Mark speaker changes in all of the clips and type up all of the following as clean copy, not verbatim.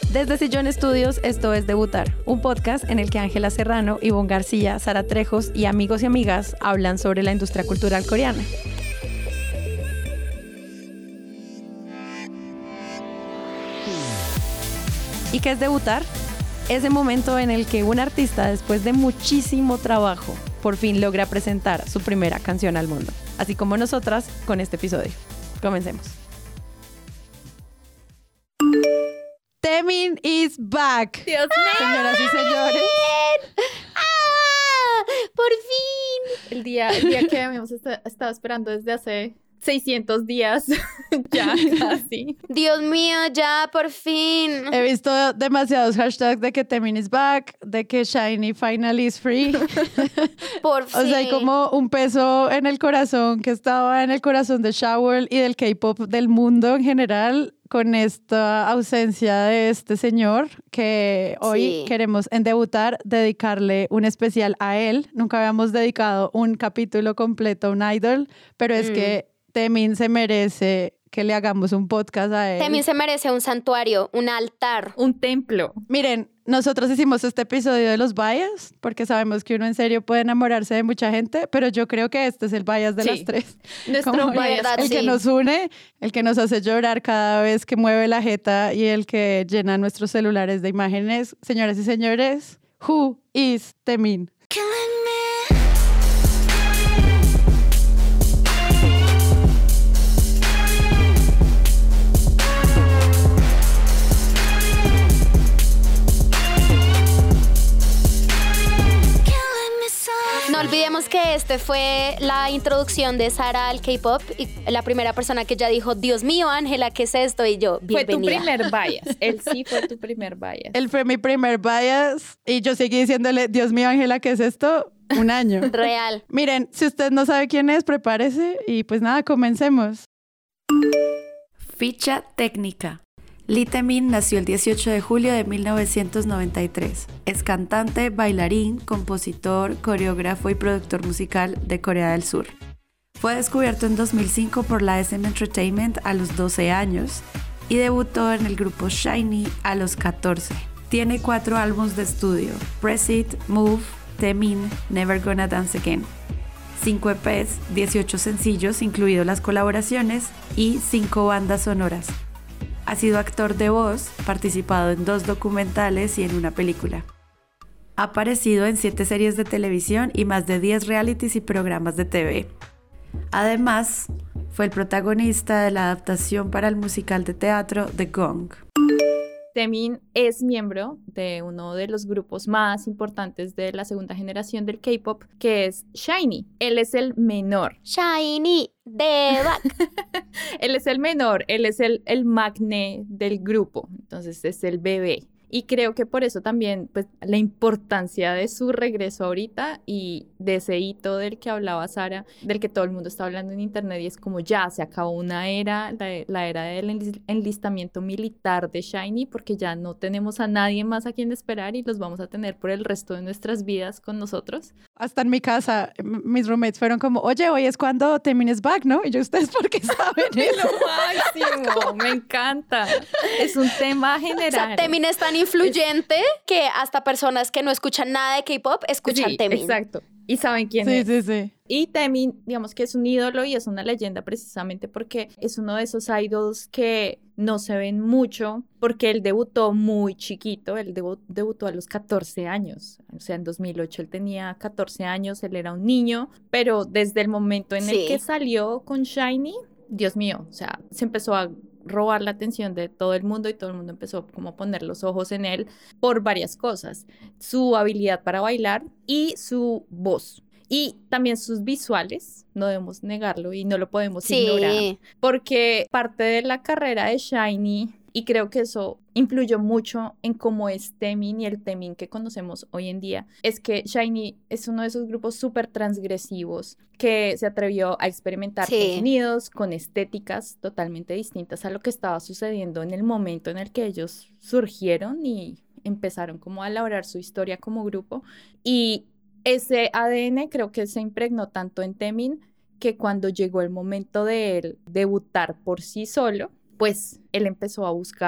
Speaker 1: Desde Sillón Estudios, esto es Debutar, un podcast en el que Ángela Serrano, Ivonne García, Sara Trejos y amigos y amigas hablan sobre la industria cultural coreana. ¿Y qué es debutar? Ese momento en el que un artista, después de muchísimo trabajo, por fin logra presentar su primera canción al mundo. Así como nosotras con este episodio. Comencemos. Taemin is back.
Speaker 2: Dios mío.
Speaker 1: Señoras y señores.
Speaker 2: ¡Ah! ¡Por fin! El día que habíamos estado esperando desde hace 600 días. Ya, casi.
Speaker 3: Dios mío, ya, por fin.
Speaker 1: He visto demasiados hashtags de que Taemin is back, de que SHINee finally is free.
Speaker 3: Por fin.
Speaker 1: O sea, hay como un peso en el corazón que estaba en el corazón de Shawool y del K-pop del mundo en general con esta ausencia de este señor que hoy queremos en Debutar dedicarle un especial a él. Nunca habíamos dedicado un capítulo completo a un idol, pero es que Taemin se merece que le hagamos un podcast a él.
Speaker 3: Taemin se merece un santuario, un altar.
Speaker 2: Un templo.
Speaker 1: Miren, nosotros hicimos este episodio de los bias porque sabemos que uno en serio puede enamorarse de mucha gente, pero yo creo que este es el bias de las tres.
Speaker 2: Nuestro bias.
Speaker 1: El que nos une, el que nos hace llorar cada vez que mueve la jeta y el que llena nuestros celulares de imágenes. Señoras y señores, who is Taemin?
Speaker 3: No olvidemos que este fue la introducción de Sara al K-pop y la primera persona que ya dijo, Dios mío, Ángela, ¿qué es esto? Y yo, bienvenida.
Speaker 2: Fue tu primer bias. Él sí fue tu primer bias.
Speaker 1: Él fue mi primer bias y yo seguí diciéndole, Dios mío, Ángela, ¿qué es esto? Un año.
Speaker 3: Real.
Speaker 1: Miren, si usted no sabe quién es, prepárese y pues nada, comencemos.
Speaker 4: Ficha técnica. Lee Taemin nació el 18 de julio de 1993. Es cantante, bailarín, compositor, coreógrafo y productor musical de Corea del Sur. Fue descubierto en 2005 por la SM Entertainment a los 12 años y debutó en el grupo SHINee a los 14. Tiene 4 álbumes de estudio: Press It, Move, Taemin, Never Gonna Dance Again. 5 EPs, 18 sencillos, incluidos las colaboraciones, y 5 bandas sonoras. Ha sido actor de voz, participado en 2 documentales y en una película. Ha aparecido en 7 series de televisión y más de 10 realities y programas de TV. Además, fue el protagonista de la adaptación para el musical de teatro The Gong.
Speaker 2: Taemin es miembro de uno de los grupos más importantes de la segunda generación del K-pop, que es SHINee. Él es el menor.
Speaker 3: SHINee, de back.
Speaker 2: Él es el menor, él es el magné del grupo, entonces es el bebé. Y creo que por eso también, pues, la importancia de su regreso ahorita y de ese hito del que hablaba Sara, del que todo el mundo está hablando en internet, y es como ya se acabó una era, la era del enlistamiento militar de SHINee, porque ya no tenemos a nadie más a quien esperar y los vamos a tener por el resto de nuestras vidas con nosotros.
Speaker 1: Hasta en mi casa, mis roommates fueron como, oye, hoy es cuando Taemin is back, ¿no? Y yo, ¿ustedes por qué saben eso?
Speaker 2: Lo máximo, me encanta. Es un tema general.
Speaker 3: O sea, Taemin es tan influyente que hasta personas que no escuchan nada de K-pop escuchan Taemin.
Speaker 2: Exacto. Y saben quién es.
Speaker 1: Sí.
Speaker 2: Y Taemin, digamos que es un ídolo y es una leyenda precisamente porque es uno de esos idols que no se ven mucho porque él debutó muy chiquito. Él debutó a los 14 años. O sea, en 2008 él tenía 14 años, él era un niño, pero desde el momento en el que salió con SHINee, Dios mío, o sea, se empezó a robar la atención de todo el mundo y todo el mundo empezó como a poner los ojos en él por varias cosas: su habilidad para bailar y su voz y también sus visuales, no debemos negarlo y no lo podemos ignorar, porque parte de la carrera de SHINee, y creo que eso influyó mucho en cómo es Taemin y el Taemin que conocemos hoy en día, es que SHINee es uno de esos grupos súper transgresivos que se atrevió a experimentar con sonidos, con estéticas totalmente distintas a lo que estaba sucediendo en el momento en el que ellos surgieron y empezaron como a elaborar su historia como grupo. Y ese ADN creo que se impregnó tanto en Taemin que cuando llegó el momento de él debutar por sí solo, pues él empezó a buscar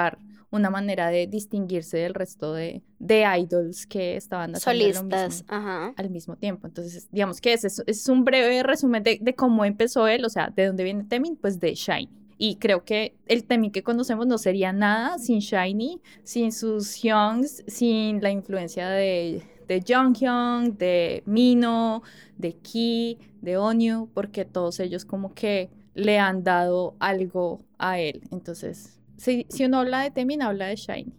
Speaker 2: una manera de distinguirse del resto de idols que estaban haciendo
Speaker 3: solistas,
Speaker 2: lo mismo, al mismo tiempo. Entonces, digamos que ese es un breve resumen de cómo empezó él, o sea, ¿de dónde viene Taemin? Pues de SHINee. Y creo que el Taemin que conocemos no sería nada sin SHINee, sin sus Hyungs, sin la influencia de Jonghyun, de Mino, de Key, de Onyu, porque todos ellos como que le han dado algo a él. Entonces, si uno habla de Taemin, habla de SHINee.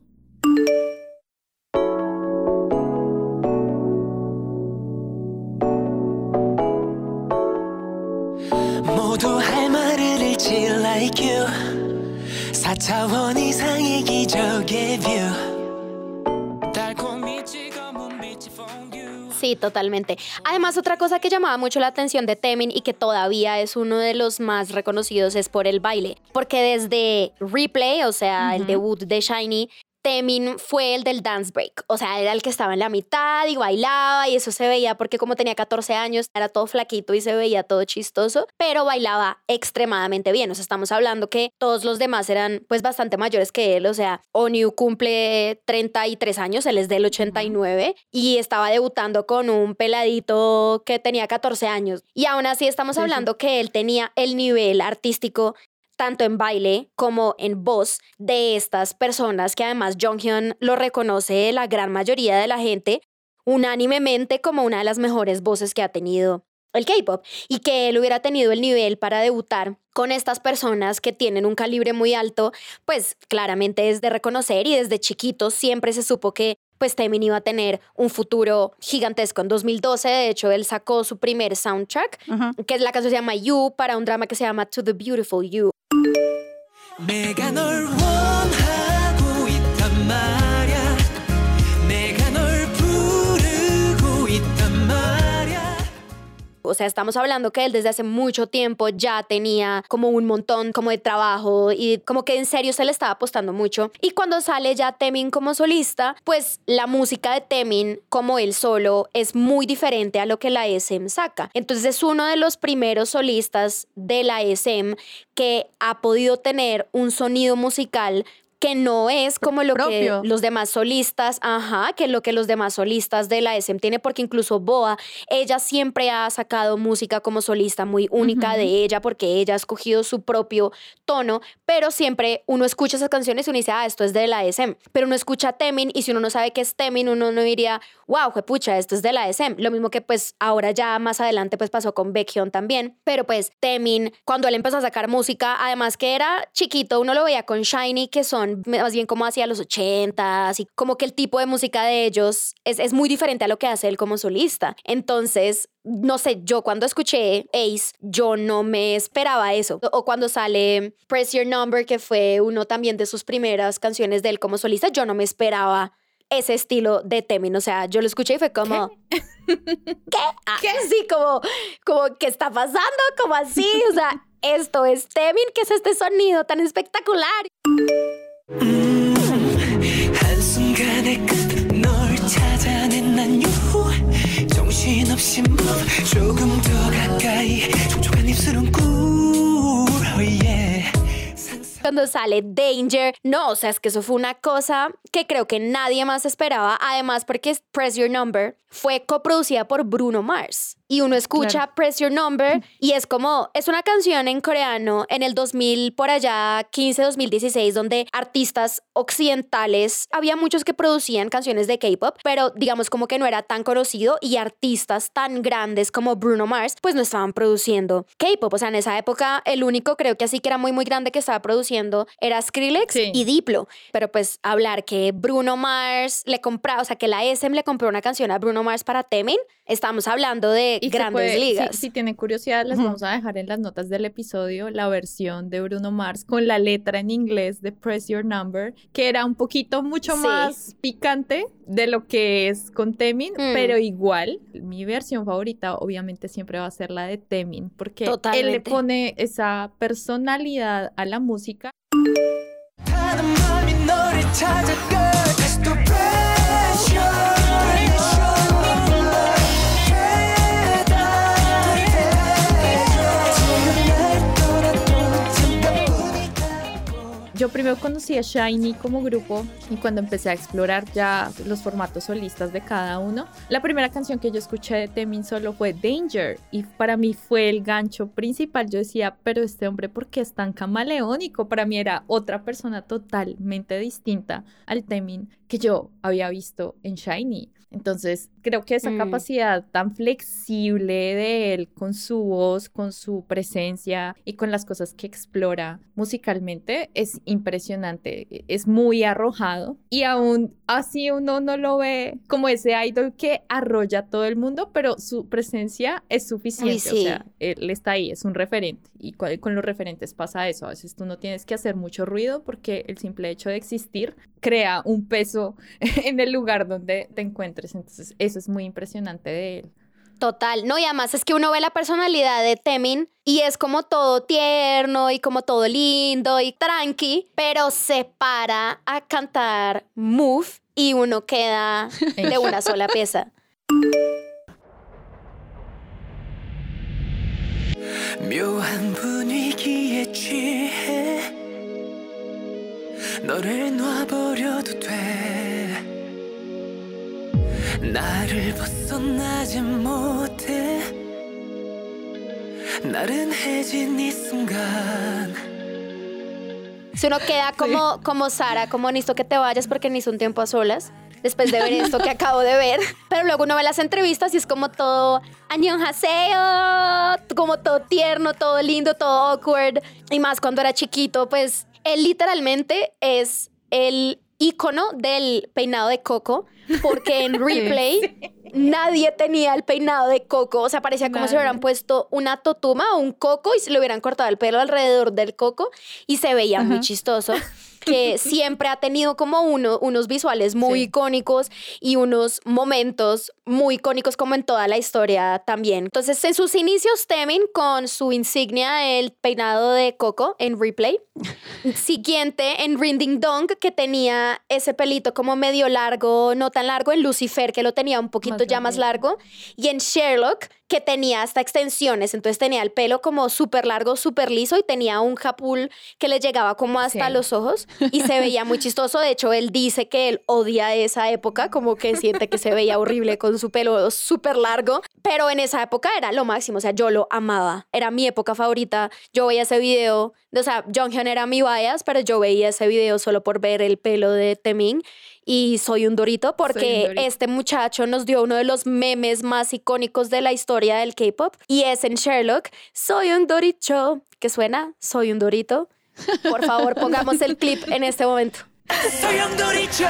Speaker 5: 모두 할 말을 잃지 like you 4차원 이상의 기적의 view
Speaker 3: Sí, totalmente. Además, otra cosa que llamaba mucho la atención de Taemin y que todavía es uno de los más reconocidos es por el baile. Porque desde Replay, o sea, el debut de SHINee, Taemin fue el del dance break, o sea, era el que estaba en la mitad y bailaba y eso se veía porque como tenía 14 años era todo flaquito y se veía todo chistoso, pero bailaba extremadamente bien, o sea, estamos hablando que todos los demás eran pues bastante mayores que él, o sea, Onyu cumple 33 años, él es del 89 y estaba debutando con un peladito que tenía 14 años y aún así estamos hablando que él tenía el nivel artístico tanto en baile como en voz de estas personas que además Jonghyun lo reconoce la gran mayoría de la gente unánimemente como una de las mejores voces que ha tenido el K-pop y que él hubiera tenido el nivel para debutar con estas personas que tienen un calibre muy alto, pues claramente es de reconocer y desde chiquitos siempre se supo que pues Taemin iba a tener un futuro gigantesco. En 2012, de hecho, él sacó su primer soundtrack, que es la canción que se llama You, para un drama que se llama To the Beautiful You.
Speaker 5: 내가 널 원하고 있단 말야 내가 널 부르고 있단 말야.
Speaker 3: O sea, estamos hablando que él desde hace mucho tiempo ya tenía como un montón como de trabajo y como que en serio se le estaba apostando mucho. Y cuando sale ya Taemin como solista, pues la música de Taemin como él solo es muy diferente a lo que la SM saca. Entonces es uno de los primeros solistas de la SM que ha podido tener un sonido musical que no es como lo que los demás solistas, que lo que los demás solistas de la SM tiene, porque incluso Boa, ella siempre ha sacado música como solista muy única de ella, porque ella ha escogido su propio tono, pero siempre uno escucha esas canciones y uno dice, esto es de la SM, pero uno escucha a Taemin y si uno no sabe qué es Taemin, uno no diría, wow, juepucha, esto es de la SM. Lo mismo que pues ahora ya más adelante pues pasó con Baekhyun también, pero pues Taemin, cuando él empezó a sacar música, además que era chiquito, uno lo veía con SHINee, que son más bien como hacia los 80s y como que el tipo de música de ellos es muy diferente a lo que hace él como solista. Entonces, no sé, yo cuando escuché Ace, yo no me esperaba eso. O cuando sale Press Your Number, que fue uno también de sus primeras canciones de él como solista, yo no me esperaba ese estilo de Taemin. O sea, yo lo escuché y fue como... ¿Qué? ¿Qué? Sí, como ¿qué está pasando? Como así, o sea, esto es Taemin, ¿qué es este sonido tan espectacular?
Speaker 5: 한순간의 끝 널 찾아낸 난 유후 정신없이 멈 조금 더 가까이 촉촉한 입술은 꿀 yeah.
Speaker 3: Cuando sale Danger, no, o sea, es que eso fue una cosa que creo que nadie más esperaba, además porque Press Your Number fue coproducida por Bruno Mars. Y uno escucha Press Your Number y es como, es una canción en coreano en el 2000, por allá, 15, 2016, donde artistas occidentales, había muchos que producían canciones de K-pop, pero digamos como que no era tan conocido y artistas tan grandes como Bruno Mars, pues no estaban produciendo K-pop. O sea, en esa época, el único creo que así que era muy, muy grande que estaba produciendo era Skrillex y Diplo. Pero pues hablar que Bruno Mars le compraba, o sea, que la SM le compró una canción a Bruno Mars para Taemin, estamos hablando de grandes ligas.
Speaker 2: Si tienen curiosidad, les vamos a dejar en las notas del episodio la versión de Bruno Mars con la letra en inglés de Press Your Number, que era un poquito mucho más picante de lo que es con Taemin, pero igual, mi versión favorita obviamente siempre va a ser la de Taemin, porque él le pone esa personalidad a la música. Yo primero conocí a SHINee como grupo y cuando empecé a explorar ya los formatos solistas de cada uno, la primera canción que yo escuché de Taemin solo fue Danger y para mí fue el gancho principal. Yo decía, pero este hombre, ¿por qué es tan camaleónico? Para mí era otra persona totalmente distinta al Taemin que yo había visto en SHINee. Entonces, creo que esa capacidad tan flexible de él con su voz, con su presencia y con las cosas que explora musicalmente es impresionante. Es muy arrojado y aún así uno no lo ve como ese idol que arrolla a todo el mundo, pero su presencia es suficiente.
Speaker 3: Sí.
Speaker 2: O sea, él está ahí, es un referente. Y con los referentes pasa eso. A veces tú no tienes que hacer mucho ruido porque el simple hecho de existir crea un peso en el lugar donde te encuentres. Entonces, eso es muy impresionante de él.
Speaker 3: Total, no, y además es que uno ve la personalidad de Taemin y es como todo tierno y como todo lindo y tranqui, pero se para a cantar Move y uno queda de una sola pieza.
Speaker 5: 묘한 분위기에 취해 너를 놔버려도 돼 나를 벗어나지 못해 나른해진 이 순간
Speaker 3: Si uno queda como Sara, como necesito que te vayas porque necesito un tiempo a solas, después de ver esto que acabo de ver. Pero luego uno ve las entrevistas y es como todo annyeonghaseyo, como todo tierno, todo lindo, todo awkward. Y más cuando era chiquito, pues él literalmente es el ícono del peinado de Coco, porque en Replay nadie tenía el peinado de Coco. O sea, parecía como si le hubieran puesto una totuma o un coco y se le hubieran cortado el pelo alrededor del coco y se veía muy chistoso. Que siempre ha tenido como unos visuales muy icónicos y unos momentos muy icónicos como en toda la historia también. Entonces, en sus inicios, Taemin con su insignia, el peinado de Coco en Replay. Siguiente, en Ring Ding Dong, que tenía ese pelito como medio largo, no tan largo. En Lucifer, que lo tenía un poquito más largo. Y en Sherlock, que tenía hasta extensiones. Entonces tenía el pelo como súper largo, súper liso y tenía un japul que le llegaba como hasta los ojos y se veía muy chistoso. De hecho, él dice que él odia esa época, como que siente que se veía horrible con su pelo súper largo. Pero en esa época era lo máximo. O sea, yo lo amaba. Era mi época favorita. Yo veía ese video. O sea, Jonghyun era mi bias, pero yo veía ese video solo por ver el pelo de Taemin. Y soy un dorito porque este muchacho nos dio uno de los memes más icónicos de la historia del K-pop y es en Sherlock, soy un dorito, que suena, soy un dorito. Por favor, pongamos el clip en este momento.
Speaker 5: Soy un dorito.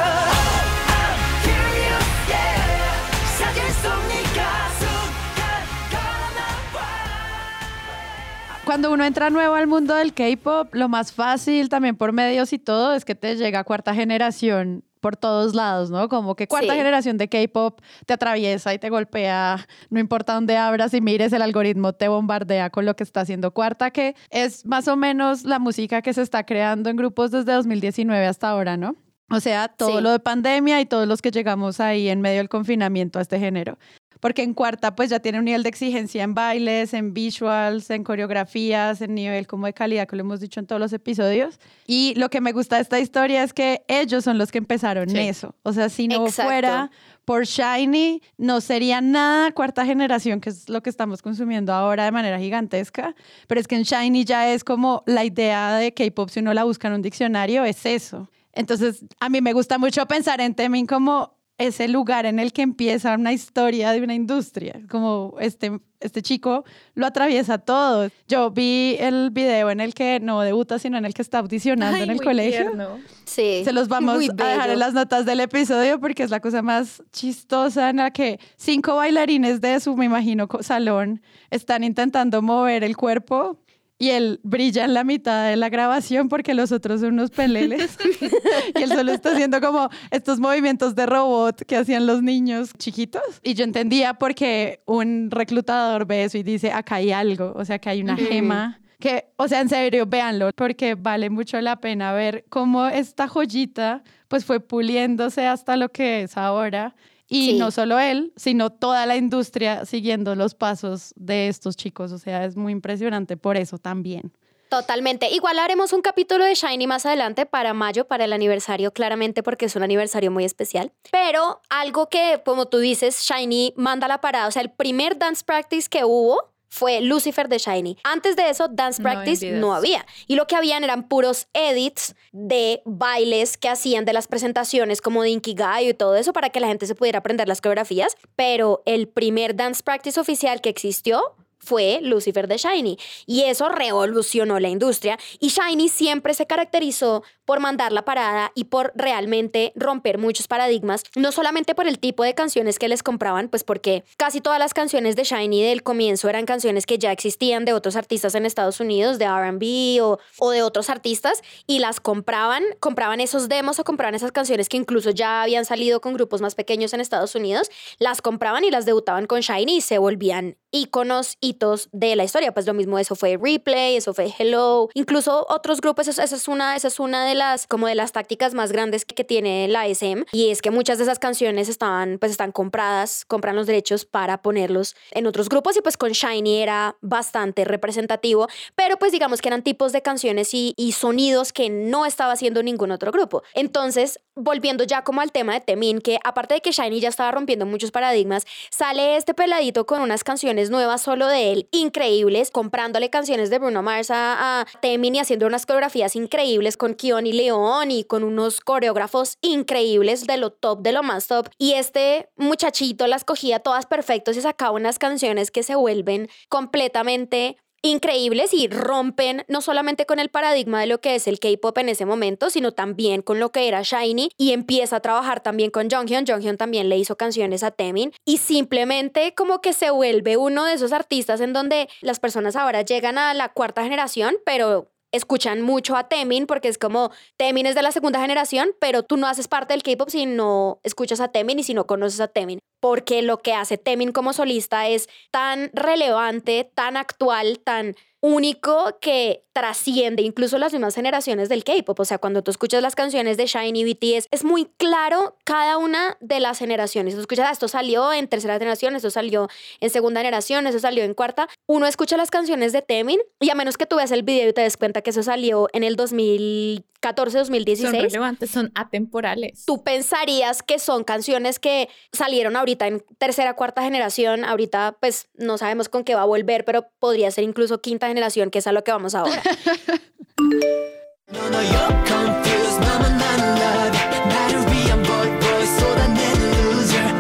Speaker 1: Cuando uno entra nuevo al mundo del K-pop, lo más fácil también por medios y todo es que te llega cuarta generación por todos lados, ¿no? Como que cuarta generación de K-pop te atraviesa y te golpea, no importa dónde abras y mires, el algoritmo te bombardea con lo que está haciendo cuarta, que es más o menos la música que se está creando en grupos desde 2019 hasta ahora, ¿no? O sea, todo lo de pandemia y todos los que llegamos ahí en medio del confinamiento a este género. Porque en cuarta pues ya tiene un nivel de exigencia en bailes, en visuals, en coreografías, en nivel como de calidad que lo hemos dicho en todos los episodios. Y lo que me gusta de esta historia es que ellos son los que empezaron eso. O sea, si no fuera por SHINee, no sería nada cuarta generación, que es lo que estamos consumiendo ahora de manera gigantesca. Pero es que en SHINee ya es como la idea de K-pop, si uno la busca en un diccionario, es eso. Entonces, a mí me gusta mucho pensar en Taemin como ese lugar en el que empieza una historia de una industria, como este chico lo atraviesa todo. Yo vi el video en el que no debuta, sino en el que está audicionando en el colegio.
Speaker 2: Tierno.
Speaker 3: Sí.
Speaker 1: Se los vamos a dejar en las notas del episodio porque es la cosa más chistosa en la que 5 bailarines de su, me imagino, salón están intentando mover el cuerpo y él brilla en la mitad de la grabación porque los otros son unos peleles. Y él solo está haciendo como estos movimientos de robot que hacían los niños chiquitos. Y yo entendía porque un reclutador ve eso y dice, acá hay algo, o sea, que hay una gema. Que, o sea, en serio, véanlo, porque vale mucho la pena ver cómo esta joyita pues fue puliéndose hasta lo que es ahora. Y no solo él, sino toda la industria siguiendo los pasos de estos chicos. O sea, es muy impresionante por eso también.
Speaker 3: Totalmente. Igual haremos un capítulo de SHINee más adelante para mayo, para el aniversario, claramente porque es un aniversario muy especial. Pero algo que, como tú dices, SHINee manda la parada. O sea, el primer dance practice que hubo fue Lucifer de SHINee. Antes de eso, dance practice no había. Y lo que habían eran puros edits de bailes que hacían de las presentaciones como de Inkigayo y todo eso para que la gente se pudiera aprender las coreografías. Pero el primer dance practice oficial que existió fue Lucifer de SHINee. Y eso revolucionó la industria. Y SHINee siempre se caracterizó por mandar la parada y por realmente romper muchos paradigmas, no solamente por el tipo de canciones que les compraban, pues porque casi todas las canciones de SHINee del comienzo eran canciones que ya existían de otros artistas en Estados Unidos, de R&B o de otros artistas, y las compraban esos demos o compraban esas canciones que incluso ya habían salido con grupos más pequeños en Estados Unidos, las compraban y las debutaban con SHINee y se volvían íconos, hitos de la historia. Pues lo mismo, eso fue Replay, eso fue Hello, incluso otros grupos. Esa es una de las tácticas más grandes que tiene la SM, y es que muchas de esas canciones están compradas, compran los derechos para ponerlos en otros grupos, y pues con SHINee era bastante representativo, pero pues digamos que eran tipos de canciones y sonidos que no estaba haciendo ningún otro grupo. Entonces, volviendo ya como al tema de Taemin, que aparte de que SHINee ya estaba rompiendo muchos paradigmas, sale este peladito con unas canciones nuevas solo de él, increíbles, comprándole canciones de Bruno Mars a Taemin y haciendo unas coreografías increíbles con Kion y León y con unos coreógrafos increíbles de lo top, de lo más top. Y este muchachito las cogía todas perfectos y sacaba unas canciones que se vuelven completamente increíbles y rompen no solamente con el paradigma de lo que es el K-pop en ese momento, sino también con lo que era SHINee, y empieza a trabajar también con Jonghyun. Jonghyun también le hizo canciones a Taemin y simplemente como que se vuelve uno de esos artistas en donde las personas ahora llegan a la cuarta generación, pero escuchan mucho a Taemin porque es como, Taemin es de la segunda generación, pero tú no haces parte del K-pop si no escuchas a Taemin y si no conoces a Taemin, porque lo que hace Taemin como solista es tan relevante, tan actual, tan único, que trasciende incluso las mismas generaciones del K-pop. O sea, cuando tú escuchas las canciones de SHINee, BTS, es muy claro cada una de las generaciones. Tú escuchas, esto salió en tercera generación, esto salió en segunda generación, esto salió en cuarta. Uno escucha las canciones de Taemin y a menos que tú veas el video y te des cuenta que eso salió en el 2014, 2016.
Speaker 2: Son relevantes, son atemporales.
Speaker 3: Tú pensarías que son canciones que salieron ahorita en tercera, cuarta generación. Ahorita pues no sabemos con qué va a volver, pero podría ser incluso quinta generación, que es a lo que vamos ahora.
Speaker 5: No, no, you're confused. 너만 나는 love. 나를 위한 boy, boy, 쏟아내는 loser.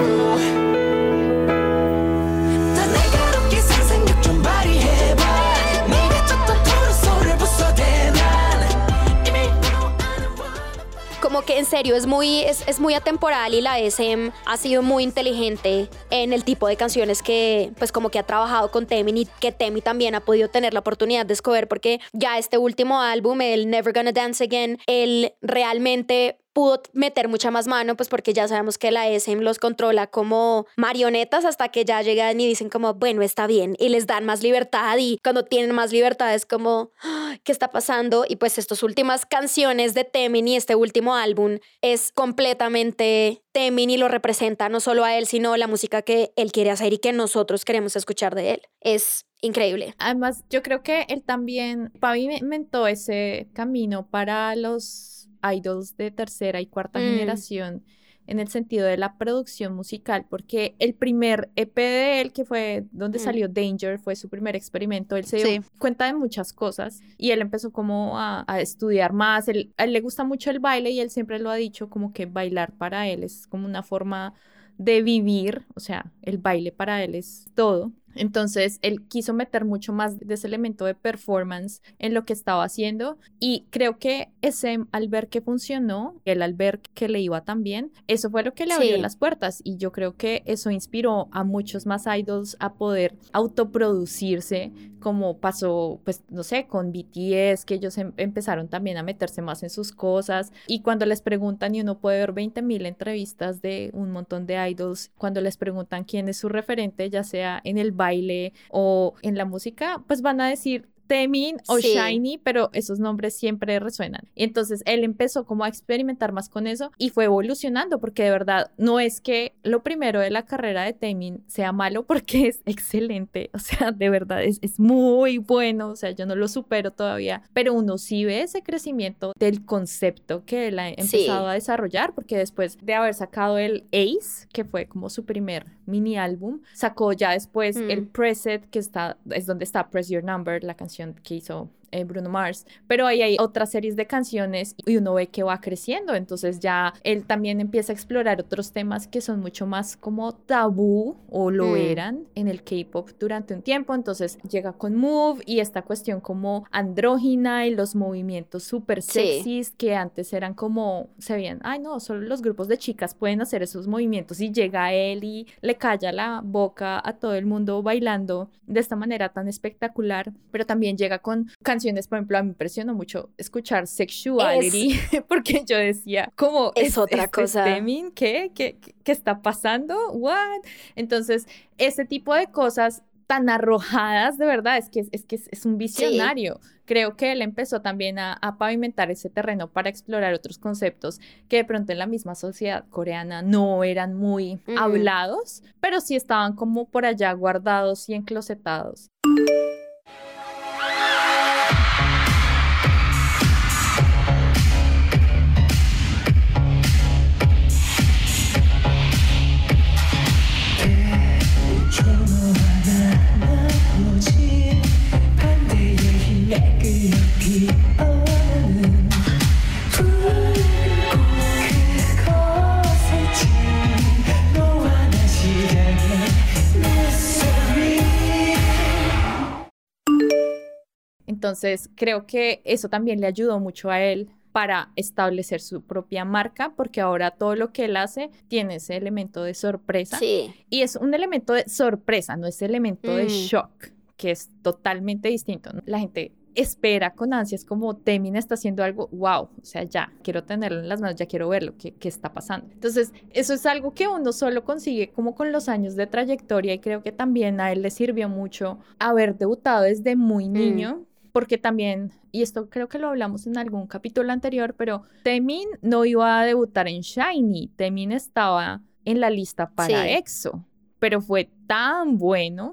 Speaker 5: 다 날카롭게 상상력 좀 발휘해봐. 네가 쳤던 푸른 소리를 부숴대 난 이미 아는
Speaker 3: Como que en serio es muy atemporal, y la SM ha sido muy inteligente en el tipo de canciones que pues como que ha trabajado con Taemin, y que Taemin también ha podido tener la oportunidad de escoger, porque ya este último álbum, el Never Gonna Dance Again, él realmente pudo meter mucha más mano, pues porque ya sabemos que la SM los controla como marionetas hasta que ya llegan y dicen como, bueno, está bien, y les dan más libertad, y cuando tienen más libertad es como, ¿qué está pasando? Y pues estas últimas canciones de Taemin y este último álbum es completamente Taemin, y lo representa no solo a él, sino la música que él quiere hacer y que nosotros queremos escuchar de él. Es increíble.
Speaker 2: Además, yo creo que él también pavimentó ese camino para los idols de tercera y cuarta generación, en el sentido de la producción musical, porque el primer EP de él, que fue donde salió Danger, fue su primer experimento. Él se dio cuenta de muchas cosas y él empezó como a estudiar más. A él le gusta mucho el baile y él siempre lo ha dicho, como que bailar para él es como una forma de vivir, o sea, el baile para él es todo. Entonces, él quiso meter mucho más de ese elemento de performance en lo que estaba haciendo, y creo que ese, al ver que funcionó, él al ver que le iba tan bien, eso fue lo que le abrió las puertas, y yo creo que eso inspiró a muchos más idols a poder autoproducirse, como pasó, pues, no sé, con BTS, que ellos empezaron también a meterse más en sus cosas, y cuando les preguntan, y uno puede ver 20,000 entrevistas de un montón de idols, cuando les preguntan quién es su referente, ya sea en el baile o en la música, pues van a decir Taemin o
Speaker 3: Sí.
Speaker 2: SHINee, pero esos nombres siempre resuenan. Y entonces él empezó como a experimentar más con eso y fue evolucionando, porque de verdad no es que lo primero de la carrera de Taemin sea malo, porque es excelente, o sea, de verdad es muy bueno, o sea, yo no lo supero todavía, pero uno sí ve ese crecimiento del concepto que él ha empezado a desarrollar, porque después de haber sacado el Ace, que fue como su primer mini álbum, sacó ya después el Preset, que es donde está Press Your Number, la canción que hizo Bruno Mars, pero ahí hay otras series de canciones y uno ve que va creciendo, entonces ya él también empieza a explorar otros temas que son mucho más como tabú, o lo eran en el K-pop durante un tiempo, entonces llega con Move y esta cuestión como andrógina y los movimientos súper sexys que antes eran como, se veían, ay no, solo los grupos de chicas pueden hacer esos movimientos, y llega él y le calla la boca a todo el mundo bailando de esta manera tan espectacular, pero también llega con canciones, por ejemplo, a mí me impresionó mucho escuchar Sexuality, porque yo decía, ¿cómo
Speaker 3: es otra cosa?
Speaker 2: Taemin? ¿Qué está pasando? ¿What? Entonces, ese tipo de cosas tan arrojadas, de verdad, es que es un visionario. Sí. Creo que él empezó también a pavimentar ese terreno para explorar otros conceptos que de pronto en la misma sociedad coreana no eran muy hablados, pero sí estaban como por allá guardados y enclosetados. Entonces, creo que eso también le ayudó mucho a él para establecer su propia marca, porque ahora todo lo que él hace tiene ese elemento de sorpresa.
Speaker 3: Sí.
Speaker 2: Y es un elemento de sorpresa, no es elemento de shock, que es totalmente distinto, ¿no? La gente espera con ansias como Taemin está haciendo algo, wow, o sea, ya, quiero tenerlo en las manos, ya quiero verlo, ¿qué está pasando? Entonces, eso es algo que uno solo consigue como con los años de trayectoria, y creo que también a él le sirvió mucho haber debutado desde muy niño, porque también, y esto creo que lo hablamos en algún capítulo anterior, pero Taemin no iba a debutar en SHINee, Taemin estaba en la lista para EXO, pero fue tan bueno,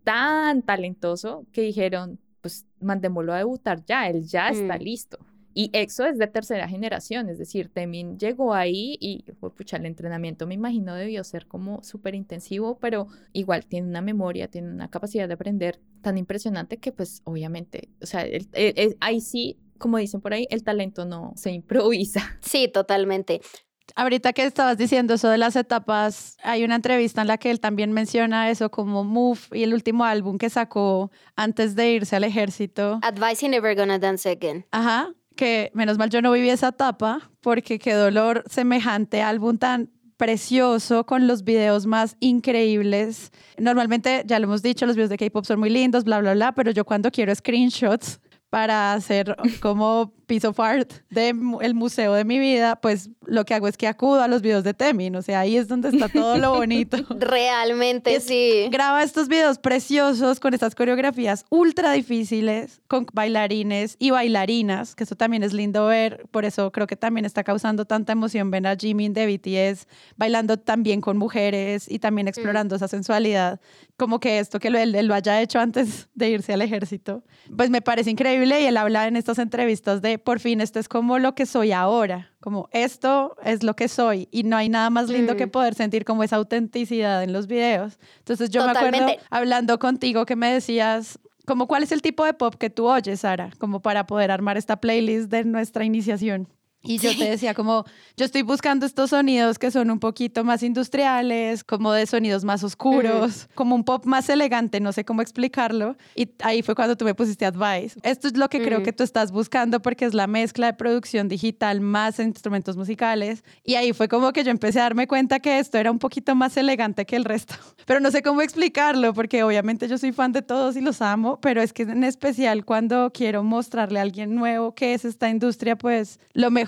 Speaker 2: tan talentoso, que dijeron, pues mandémoslo a debutar ya, él ya está listo. Y EXO es de tercera generación, es decir, Taemin llegó ahí y, pucha, el entrenamiento me imagino debió ser como súper intensivo, pero igual tiene una memoria, tiene una capacidad de aprender tan impresionante que pues obviamente, o sea, ahí sí, como dicen por ahí, el talento no se improvisa.
Speaker 3: Sí, totalmente.
Speaker 1: Ahorita que estabas diciendo eso de las etapas, hay una entrevista en la que él también menciona eso como Move y el último álbum que sacó antes de irse al ejército.
Speaker 3: Advice You Never Gonna Dance Again.
Speaker 1: Ajá, que menos mal yo no viví esa etapa, porque qué dolor semejante álbum tan precioso, con los videos más increíbles. Normalmente, ya lo hemos dicho, los videos de K-pop son muy lindos, bla, bla, bla, pero yo cuando quiero screenshots para hacer como piece of art del museo de mi vida, pues lo que hago es que acudo a los videos de Taemin, o sea, ahí es donde está todo lo bonito.
Speaker 3: Realmente, sí.
Speaker 1: Graba estos videos preciosos con estas coreografías ultra difíciles, con bailarines y bailarinas, que eso también es lindo ver, por eso creo que también está causando tanta emoción ver a Jimin de BTS bailando también con mujeres y también explorando esa sensualidad, como que esto que él lo haya hecho antes de irse al ejército, pues me parece increíble. Y él habla en estas entrevistas de, por fin, esto es como lo que soy ahora, como esto es lo que soy, y no hay nada más lindo que poder sentir como esa autenticidad en los videos. Entonces yo me acuerdo hablando contigo que me decías como cuál es el tipo de pop que tú oyes, Sara, como para poder armar esta playlist de nuestra iniciación. Y yo te decía como, yo estoy buscando estos sonidos que son un poquito más industriales, como de sonidos más oscuros, como un pop más elegante, no sé cómo explicarlo. Y ahí fue cuando tú me pusiste Advice. Esto es lo que creo que tú estás buscando, porque es la mezcla de producción digital más instrumentos musicales. Y ahí fue como que yo empecé a darme cuenta que esto era un poquito más elegante que el resto. Pero no sé cómo explicarlo, porque obviamente yo soy fan de todos y los amo, pero es que en especial cuando quiero mostrarle a alguien nuevo qué es esta industria, pues lo mejor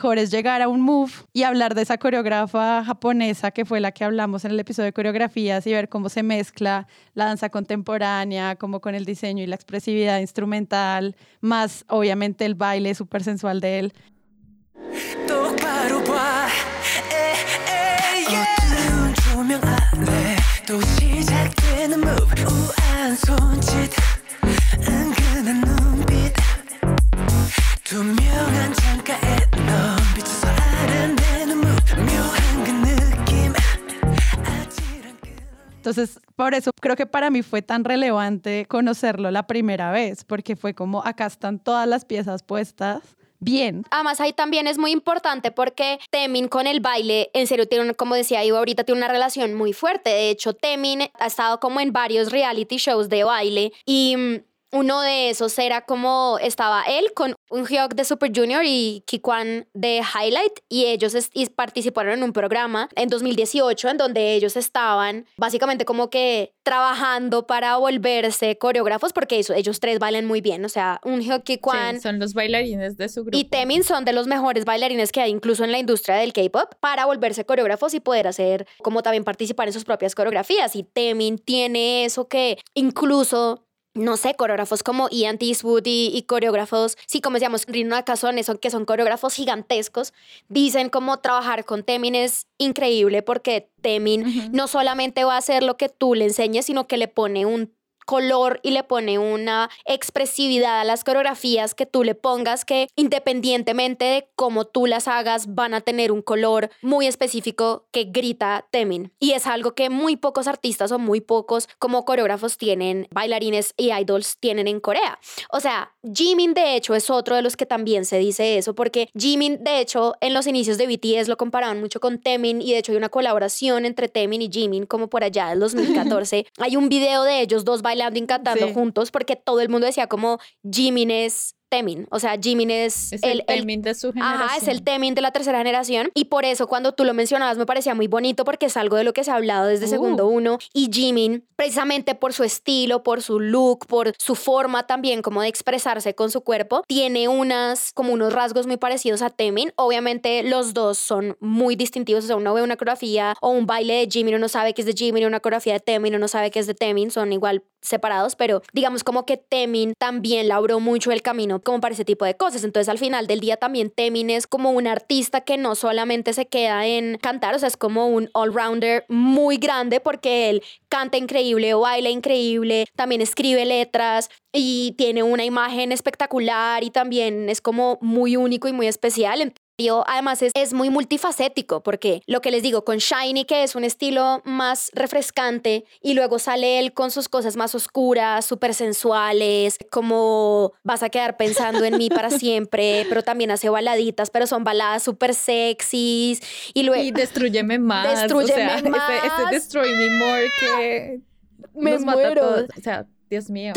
Speaker 1: mejor es llegar a un move y hablar de esa coreógrafa japonesa que fue la que hablamos en el episodio de coreografías y ver cómo se mezcla la danza contemporánea, como con el diseño y la expresividad instrumental, más obviamente el baile súper sensual de él.
Speaker 5: 똑바로 봐 어두운 조명 아래 또 시작되는 move 우아한 손짓 은근한 눈빛 투명한 창가에 넌 비춰서 아른대는 move 묘한 그 느낌 아찔한 그
Speaker 1: Entonces, por eso creo que para mí fue tan relevante conocerlo la primera vez, porque fue como acá están todas las piezas puestas bien.
Speaker 3: Además, ahí también es muy importante porque Taemin con el baile, en serio, tiene, como decía Ivo ahorita, tiene una relación muy fuerte. De hecho, Taemin ha estado como en varios reality shows de baile y uno de esos era como estaba él con Eunhyuk de Super Junior y Ki-Kwan de Highlight y ellos participaron en un programa en 2018 en donde ellos estaban básicamente como que trabajando para volverse coreógrafos porque ellos tres bailan muy bien, o sea, Eunhyuk, Ki-Kwan
Speaker 2: son los bailarines de su grupo.
Speaker 3: y Taemin son de los mejores bailarines que hay incluso en la industria del K-pop para volverse coreógrafos y poder hacer como también participar en sus propias coreografías y Taemin tiene eso que incluso no sé, coreógrafos como Ian Eastwood y coreógrafos, sí, como decíamos, Rin Nakasone, que son coreógrafos gigantescos, dicen como trabajar con Taemin es increíble porque Taemin no solamente va a hacer lo que tú le enseñes, sino que le pone un color y le pone una expresividad a las coreografías que tú le pongas que independientemente de cómo tú las hagas van a tener un color muy específico que grita Taemin y es algo que muy pocos artistas o muy pocos como coreógrafos tienen, bailarines y idols tienen en Corea. O sea, Jimin de hecho es otro de los que también se dice eso porque Jimin de hecho en los inicios de BTS lo comparaban mucho con Taemin y de hecho hay una colaboración entre Taemin y Jimin como por allá del 2014. Hay un video de ellos dos bailando y cantando juntos porque todo el mundo decía como Jimin es Taemin, o sea, Jimin es
Speaker 2: el Taemin de su generación.
Speaker 3: Ajá, es el Taemin de la tercera generación y por eso cuando tú lo mencionabas me parecía muy bonito porque es algo de lo que se ha hablado desde segundo uno y Jimin precisamente por su estilo, por su look, por su forma también como de expresarse con su cuerpo, tiene unos rasgos muy parecidos a Taemin. Obviamente los dos son muy distintivos, o sea, uno ve una coreografía o un baile de Jimin, uno sabe que es de Jimin, una coreografía de Taemin, uno sabe que es de Taemin, son igual separados, pero digamos como que Taemin también labró mucho el camino como para ese tipo de cosas. Entonces al final del día también Taemin es como un artista que no solamente se queda en cantar, o sea, es como un all-rounder muy grande porque él canta increíble, baila increíble, también escribe letras y tiene una imagen espectacular y también es como muy único y muy especial. Además es muy multifacético porque lo que les digo con Shiny que es un estilo más refrescante y luego sale él con sus cosas más oscuras, súper sensuales, como vas a quedar pensando en mí para siempre, pero también hace baladitas, pero son baladas súper sexys y luego...
Speaker 2: Y Destrúyeme Más,
Speaker 3: Destrúyeme
Speaker 2: o sea,
Speaker 3: más.
Speaker 2: Ese Destroy Me More que
Speaker 3: me
Speaker 2: nos mata a
Speaker 3: muero.
Speaker 2: todos, o sea, Dios mío.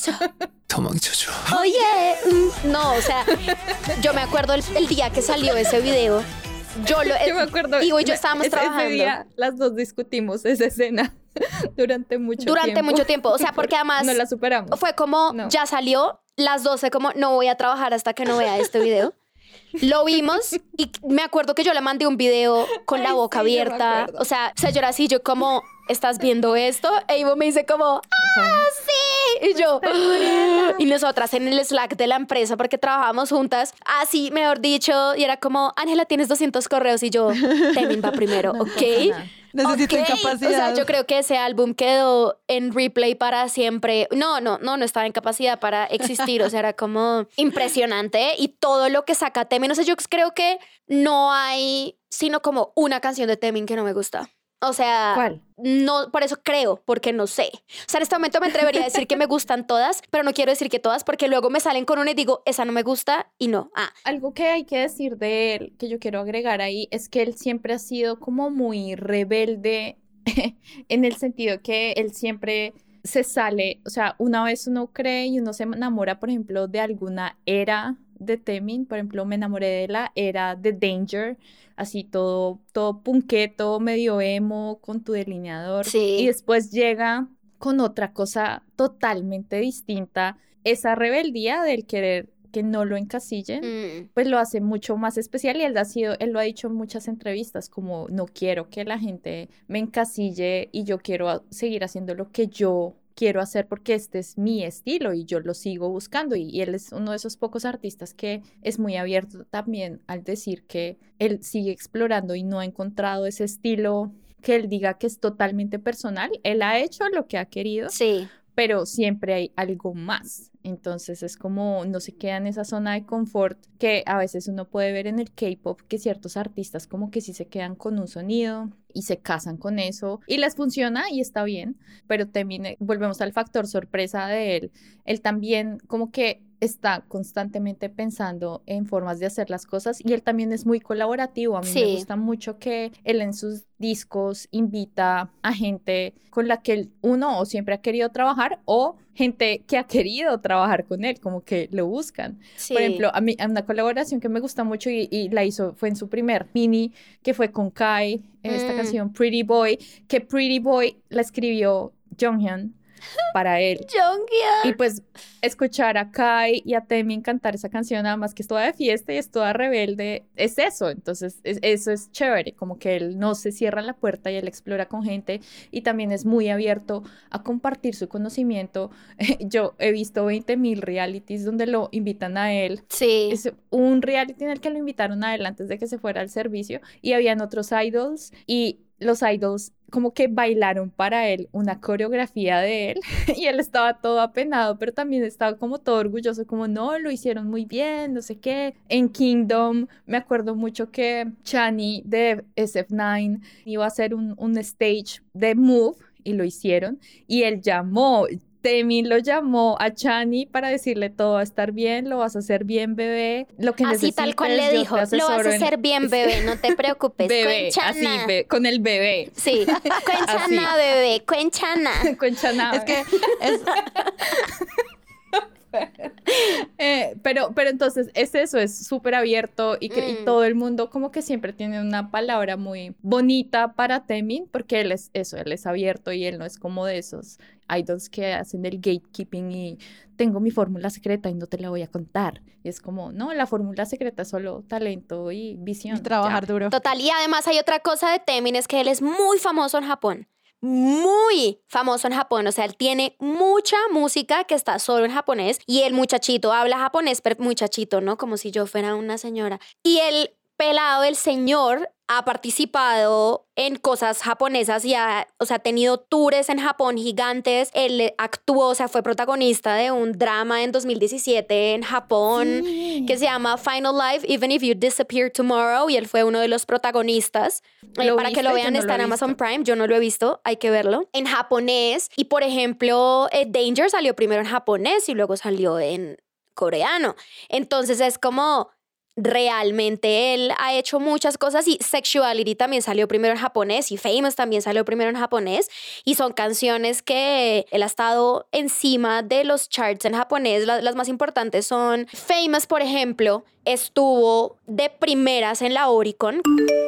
Speaker 5: 도망쳐줘
Speaker 3: Oye, no, o sea, yo me acuerdo el día que salió ese video. Yo
Speaker 2: me acuerdo.
Speaker 3: Ivo y yo estábamos trabajando.
Speaker 2: Ese día las dos discutimos esa escena durante mucho
Speaker 3: tiempo. O sea, porque además
Speaker 2: no la superamos.
Speaker 3: Fue como, ya salió, las 12 como, no voy a trabajar hasta que no vea este video. Lo vimos y me acuerdo que yo le mandé un video con la boca abierta. O sea, yo era así, yo como, ¿estás viendo esto? E Ivo me dice como, ¡ah, sí! Y yo, y nosotras en el Slack de la empresa, porque trabajábamos juntas, así, mejor dicho, y era como, Ángela, tienes 200 correos, y yo, Taemin va primero, ¿ok?
Speaker 1: Necesito incapacidad.
Speaker 3: O sea, yo creo que ese álbum quedó en replay para siempre. No estaba en capacidad para existir. O sea, era como impresionante. Y todo lo que saca Taemin, o sea, yo creo que no hay sino como una canción de Taemin que no me gusta. O sea,
Speaker 2: ¿cuál?
Speaker 3: No, por eso creo, porque no sé. O sea, en este momento me atrevería a decir que me gustan todas, pero no quiero decir que todas, porque luego me salen con una y digo, esa no me gusta y no.
Speaker 2: Algo que hay que decir de él, que yo quiero agregar ahí, es que él siempre ha sido como muy rebelde en el sentido que él siempre se sale, o sea, una vez uno cree y uno se enamora, por ejemplo, de alguna era de Taemin, por ejemplo, me enamoré de la era de Danger, así todo punqueto, medio emo, con tu delineador.
Speaker 3: Sí.
Speaker 2: Y después llega con otra cosa totalmente distinta, esa rebeldía del querer que no lo encasillen, pues lo hace mucho más especial y él lo ha dicho en muchas entrevistas, como no quiero que la gente me encasille y yo quiero seguir haciendo lo que yo quiero hacer porque este es mi estilo y yo lo sigo buscando y él es uno de esos pocos artistas que es muy abierto también al decir que él sigue explorando y no ha encontrado ese estilo que él diga que es totalmente personal. Él ha hecho lo que ha querido,
Speaker 3: Sí.
Speaker 2: pero siempre hay algo más. Entonces es como no se queda en esa zona de confort que a veces uno puede ver en el K-pop, que ciertos artistas como que sí se quedan con un sonido y se casan con eso y les funciona y está bien, pero también volvemos al factor sorpresa de él. Él también como que está constantemente pensando en formas de hacer las cosas y él también es muy colaborativo. A mí me gusta mucho que él en sus discos invita a gente con la que él, uno, o siempre ha querido trabajar o gente que ha querido trabajar con él, como que lo buscan.
Speaker 3: Sí.
Speaker 2: Por ejemplo, a mí una colaboración que me gusta mucho y la hizo, fue en su primer mini, que fue con Kai, esta canción Pretty Boy, que Pretty Boy la escribió Jonghyun para él.
Speaker 3: Jonghyun.
Speaker 2: Y pues escuchar a Kai y a Taemin cantar esa canción, nada más que es toda de fiesta y es toda rebelde, es eso. Entonces eso es chévere, como que él no se cierra la puerta y él explora con gente y también es muy abierto a compartir su conocimiento. Yo he visto 20,000 realities donde lo invitan a él.
Speaker 3: Sí.
Speaker 2: Es un reality en el que lo invitaron a él antes de que se fuera al servicio y habían otros idols y los idols como que bailaron para él una coreografía de él y él estaba todo apenado, pero también estaba como todo orgulloso, como no, lo hicieron muy bien, no sé qué. En Kingdom me acuerdo mucho que Chani de SF9 iba a hacer un stage de Move y lo hicieron y él llamó, Taemin lo llamó a Chani para decirle todo va a estar bien, lo vas a hacer bien, bebé. Lo que
Speaker 3: así tal cual le dijo, lo vas a hacer bien, bebé, no te preocupes.
Speaker 2: Bebé, así, con el bebé.
Speaker 3: Sí, cuenchana, bebé, cuenchana.
Speaker 2: Cuenchana.
Speaker 1: Es que es...
Speaker 2: pero entonces es eso, es súper abierto y todo el mundo como que siempre tiene una palabra muy bonita para Taemin porque él es eso, él es abierto y él no es como de esos idols que hacen el gatekeeping y tengo mi fórmula secreta y no te la voy a contar. Y es como, no, la fórmula secreta es solo talento y visión.
Speaker 1: Y trabajar duro.
Speaker 3: Total, y además hay otra cosa de Taemin, es que él es muy famoso en Japón. Muy famoso en Japón, o sea, él tiene mucha música que está solo en japonés y el muchachito habla japonés, pero muchachito, ¿no? Como si yo fuera una señora. Y el pelado, el señor, ha participado en cosas japonesas y ha tenido tours en Japón gigantes. Él actuó, o sea, fue protagonista de un drama en 2017 en Japón que se llama Final Life, Even If You Disappear Tomorrow, y él fue uno de los protagonistas. Para que lo vean, está en Amazon Prime, yo no lo he visto, hay que verlo. En japonés, y por ejemplo, Danger salió primero en japonés y luego salió en coreano. Entonces es como... Realmente él ha hecho muchas cosas y Sexuality también salió primero en japonés y Famous también salió primero en japonés y son canciones que él ha estado encima de los charts en japonés. Las más importantes son Famous, por ejemplo, estuvo de primeras en la Oricon.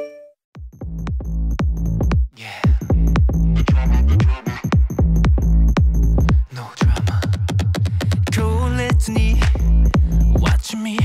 Speaker 5: No drama. Go let me watch me.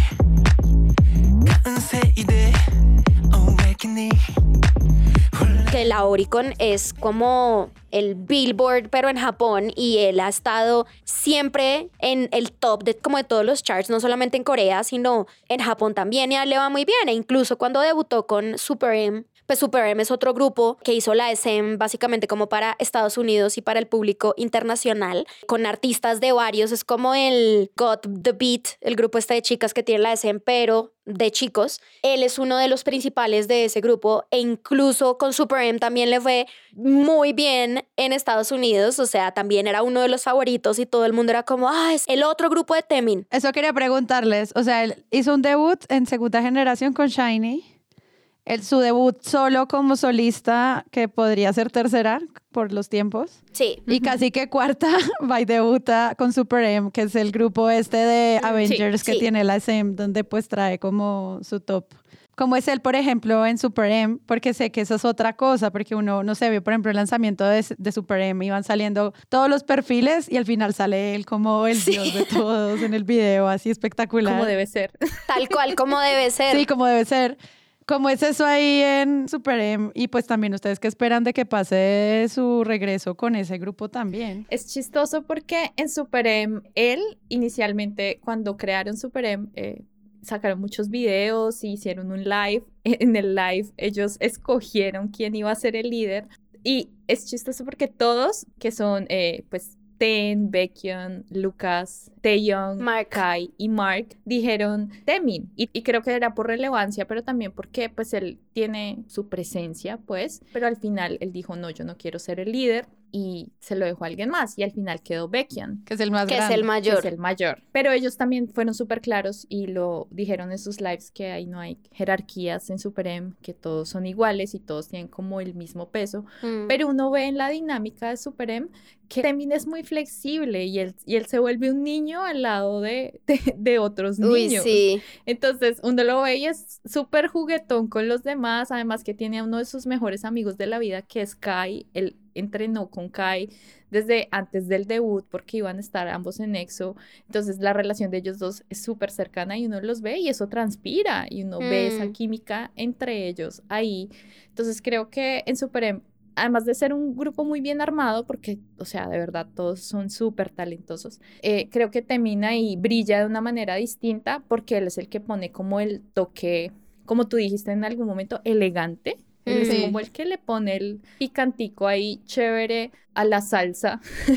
Speaker 3: Que la Oricon es como el Billboard, pero en Japón, y él ha estado siempre en el top como de todos los charts, no solamente en Corea, sino en Japón también, y a él le va muy bien. E incluso cuando debutó con Super M, pues Super M es otro grupo que hizo la SM básicamente como para Estados Unidos y para el público internacional, con artistas de varios. Es como el Got the Beat, el grupo este de chicas que tiene la SM, pero de chicos. Él es uno de los principales de ese grupo e incluso con Super M también le fue muy bien en Estados Unidos. O sea, también era uno de los favoritos y todo el mundo era como, es el otro grupo de Taemin.
Speaker 1: Eso quería preguntarles. O sea, él hizo un debut en segunda generación con SHINee. Su debut solo como solista, que podría ser tercera por los tiempos.
Speaker 3: Sí.
Speaker 1: Y casi que cuarta, va y debuta con Super M, que es el grupo este de Avengers que tiene la SM, donde pues trae como su top cómo es él, por ejemplo, en Super M, porque sé que eso es otra cosa, porque uno no se ve, por ejemplo, el lanzamiento de Super M, iban saliendo todos los perfiles y al final sale él como el dios de todos en el video, así espectacular.
Speaker 2: Como debe ser.
Speaker 3: Tal cual como debe ser.
Speaker 1: Sí, como debe ser. ¿Cómo es eso ahí en Super M? Y pues también ustedes que esperan de que pase su regreso con ese grupo también.
Speaker 2: Es chistoso porque en Super M, él inicialmente cuando crearon Super M, sacaron muchos videos y hicieron un live. En el live ellos escogieron quién iba a ser el líder. Y es chistoso porque todos, que son pues Ten, Baekhyun, Lucas, Taeyong,
Speaker 3: Mark.
Speaker 2: Kai y Mark, dijeron Taemin. Y creo que era por relevancia, pero también porque pues él tiene su presencia, pues. Pero al final él dijo, no, yo no quiero ser el líder. Y se lo dejó a alguien más. Y al final quedó Baekhyun,
Speaker 1: Que es el más
Speaker 3: Que es
Speaker 1: grande.
Speaker 3: el
Speaker 2: que
Speaker 3: mayor.
Speaker 2: es el mayor. Pero ellos también fueron súper claros y lo dijeron en sus lives que ahí no hay jerarquías en Super M, que todos son iguales y todos tienen como el mismo peso.
Speaker 3: Mm.
Speaker 2: Pero uno ve en la dinámica de Super M que Temin es muy flexible y él se vuelve un niño al lado de otros
Speaker 3: Uy,
Speaker 2: niños.
Speaker 3: sí.
Speaker 2: Entonces uno lo ve y es súper juguetón con los demás, además que tiene a uno de sus mejores amigos de la vida que es Kai. Él entrenó con Kai desde antes del debut porque iban a estar ambos en EXO, entonces la relación de ellos dos es súper cercana y uno los ve y eso transpira y uno ve esa química entre ellos ahí. Entonces creo que en Super M, además de ser un grupo muy bien armado, porque, o sea, de verdad, todos son súper talentosos, creo que Taemin ahí brilla de una manera distinta porque él es el que pone como el toque, como tú dijiste en algún momento, elegante. Él es
Speaker 1: Sí.
Speaker 2: como el que le pone el picantico ahí chévere a la salsa,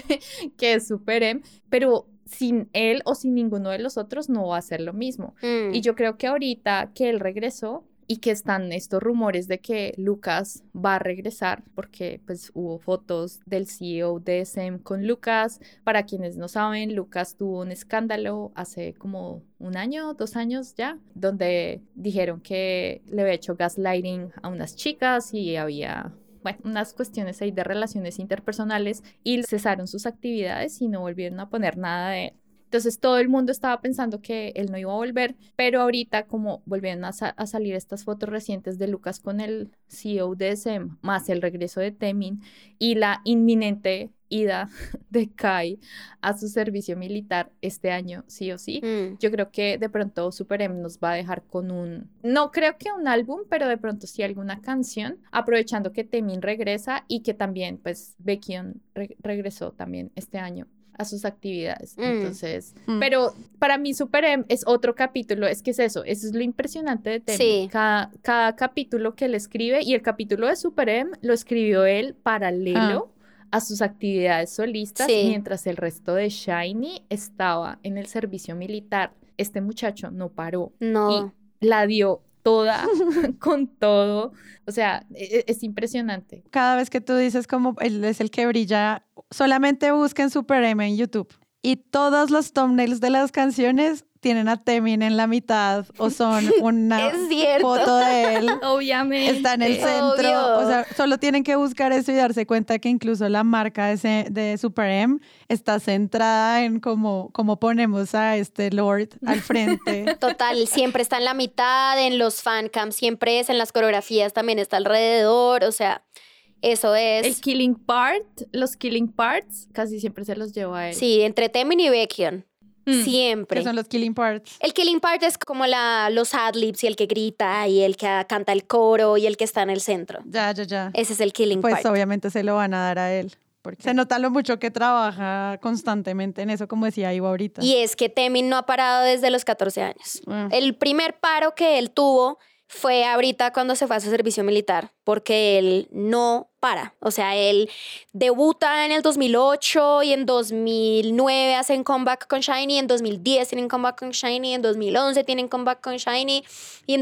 Speaker 2: que es Super M, pero sin él o sin ninguno de los otros no va a ser lo mismo.
Speaker 3: Mm.
Speaker 2: Y yo creo que ahorita que él regresó y que están estos rumores de que Lucas va a regresar, porque pues hubo fotos del CEO de SM con Lucas. Para quienes no saben, Lucas tuvo un escándalo hace como 1 año, 2 años ya, donde dijeron que le había hecho gaslighting a unas chicas y había, bueno, unas cuestiones ahí de relaciones interpersonales y cesaron sus actividades y no volvieron a poner nada de él. Entonces todo el mundo estaba pensando que él no iba a volver, pero ahorita como volvieron a salir estas fotos recientes de Lucas con el CEO de SM, más el regreso de Taemin y la inminente ida de Kai a su servicio militar este año, sí o sí, yo creo que de pronto Super M nos va a dejar con no creo que un álbum, pero de pronto sí alguna canción, aprovechando que Taemin regresa y que también pues Baekhyun regresó también este año a sus actividades. Entonces, pero para mí Super M es otro capítulo, es que eso es lo impresionante de Taemin.
Speaker 3: Sí.
Speaker 2: Cada capítulo que él escribe, y el capítulo de Super M lo escribió él paralelo a sus actividades solistas,
Speaker 3: Sí.
Speaker 2: mientras el resto de SHINee estaba en el servicio militar. Este muchacho no paró
Speaker 3: No.
Speaker 2: y la dio toda con todo. O sea, es impresionante.
Speaker 1: Cada vez que tú dices como él es el que brilla, solamente busquen Super M en YouTube y todos los thumbnails de las canciones tienen a Taemin en la mitad o son una
Speaker 3: Es cierto.
Speaker 1: foto de él.
Speaker 2: Obviamente.
Speaker 1: Está en el centro,
Speaker 3: Obvio.
Speaker 1: o sea, solo tienen que buscar eso y darse cuenta que incluso la marca de Super M está centrada en cómo ponemos a este Lord al frente.
Speaker 3: Total, siempre está en la mitad, en los fancams, siempre es, en las coreografías también está alrededor, o sea, eso
Speaker 2: El
Speaker 3: es.
Speaker 2: killing part, los killing parts, casi siempre se los lleva a él.
Speaker 3: Sí, entre Taemin y Baekhyun, siempre.
Speaker 1: Que son los killing parts.
Speaker 3: El killing part es como los adlibs y el que grita y el que canta el coro y el que está en el centro.
Speaker 1: Ya.
Speaker 3: Ese es el killing
Speaker 1: Pues
Speaker 3: part.
Speaker 1: obviamente se lo van a dar a él. Porque se nota lo mucho que trabaja constantemente en eso, como decía Ivo ahorita.
Speaker 3: Y es que Taemin no ha parado desde los 14 años. El primer paro que él tuvo fue ahorita cuando se fue a su servicio militar, porque él no para. O sea, él debuta en el 2008 y en 2009 hacen comeback con SHINee, en 2010 tienen comeback con SHINee, en 2011 tienen comeback con SHINee y en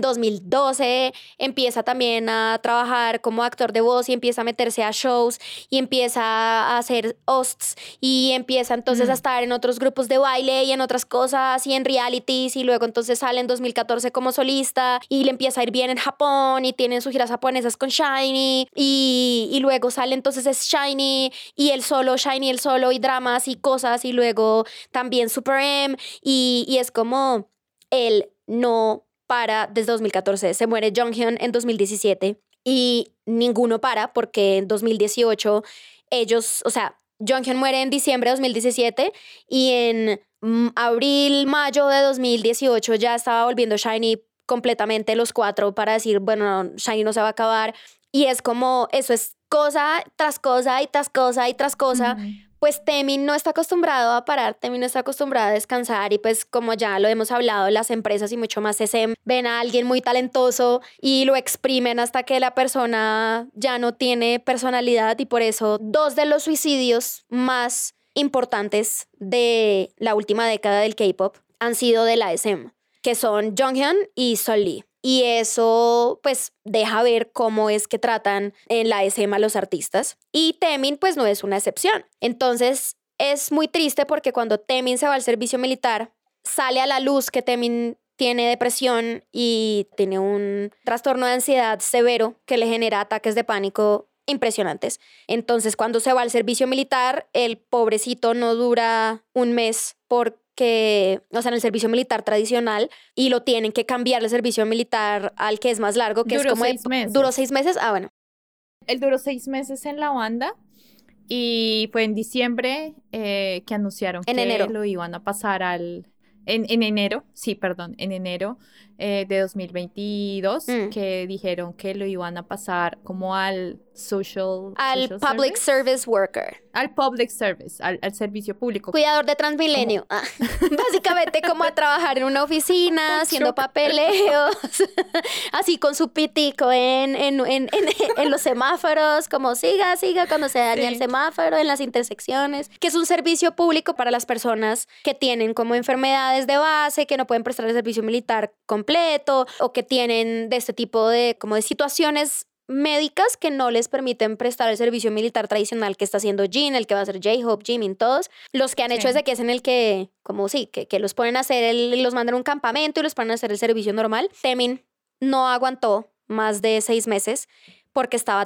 Speaker 3: 2012 empieza también a trabajar como actor de voz y empieza a meterse a shows y empieza a hacer hosts y empieza entonces a estar en otros grupos de baile y en otras cosas y en realities y luego entonces sale en 2014 como solista y le empieza a ir bien en Japón y tienen sus giras japonesas con SHINee y luego sale entonces es SHINee y el solo, SHINee el solo y dramas y cosas y luego también Super M y es como él no para desde 2014. Se muere Jonghyun en 2017 y ninguno para porque en 2018 ellos, o sea, Jonghyun muere en diciembre de 2017 y en abril, mayo de 2018 ya estaba volviendo SHINee completamente los cuatro para decir, bueno, SHINee no se va a acabar. Y es como, eso es cosa tras cosa y tras cosa y tras cosa. Pues Taemin no está acostumbrado a parar, Taemin no está acostumbrado a descansar y pues como ya lo hemos hablado, las empresas y mucho más SM ven a alguien muy talentoso y lo exprimen hasta que la persona ya no tiene personalidad y por eso 2 de los suicidios más importantes de la última década del K-pop han sido de la SM, que son Jonghyun y Sol Lee. Y eso pues deja ver cómo es que tratan en la SM a los artistas. Y Taemin pues no es una excepción. Entonces es muy triste porque cuando Taemin se va al servicio militar, sale a la luz que Taemin tiene depresión y tiene un trastorno de ansiedad severo que le genera ataques de pánico impresionantes. Entonces cuando se va al servicio militar, el pobrecito no dura un mes o sea, en el servicio militar tradicional y lo tienen que cambiar el servicio militar al que es más largo, que
Speaker 2: Duró
Speaker 3: es como
Speaker 2: 6 meses.
Speaker 3: ¿Duró 6 meses? Ah, bueno.
Speaker 2: Él duró 6 meses en la banda y fue en diciembre que anunciaron
Speaker 3: En
Speaker 2: que
Speaker 3: enero.
Speaker 2: lo iban a pasar en enero, sí, perdón, en enero de 2022, que dijeron que lo iban a pasar como al
Speaker 3: Al public service worker.
Speaker 2: Al public service, al servicio público.
Speaker 3: Cuidador de Transmilenio. Básicamente como a trabajar en una oficina, haciendo papeleos, así con su pitico en los semáforos, como siga cuando se daña el semáforo, en las intersecciones, que es un servicio público para las personas que tienen como enfermedades de base, que no pueden prestar el servicio militar completo o que tienen de este tipo de como de situaciones médicas que no les permiten prestar el servicio militar tradicional que está haciendo Jin, el que va a hacer J-Hope, Jimin, todos los que han hecho ese que es en el que, como sí, que los ponen a hacer, los mandan a un campamento y los ponen a hacer el servicio normal. Taemin no aguantó más de 6 meses porque estaba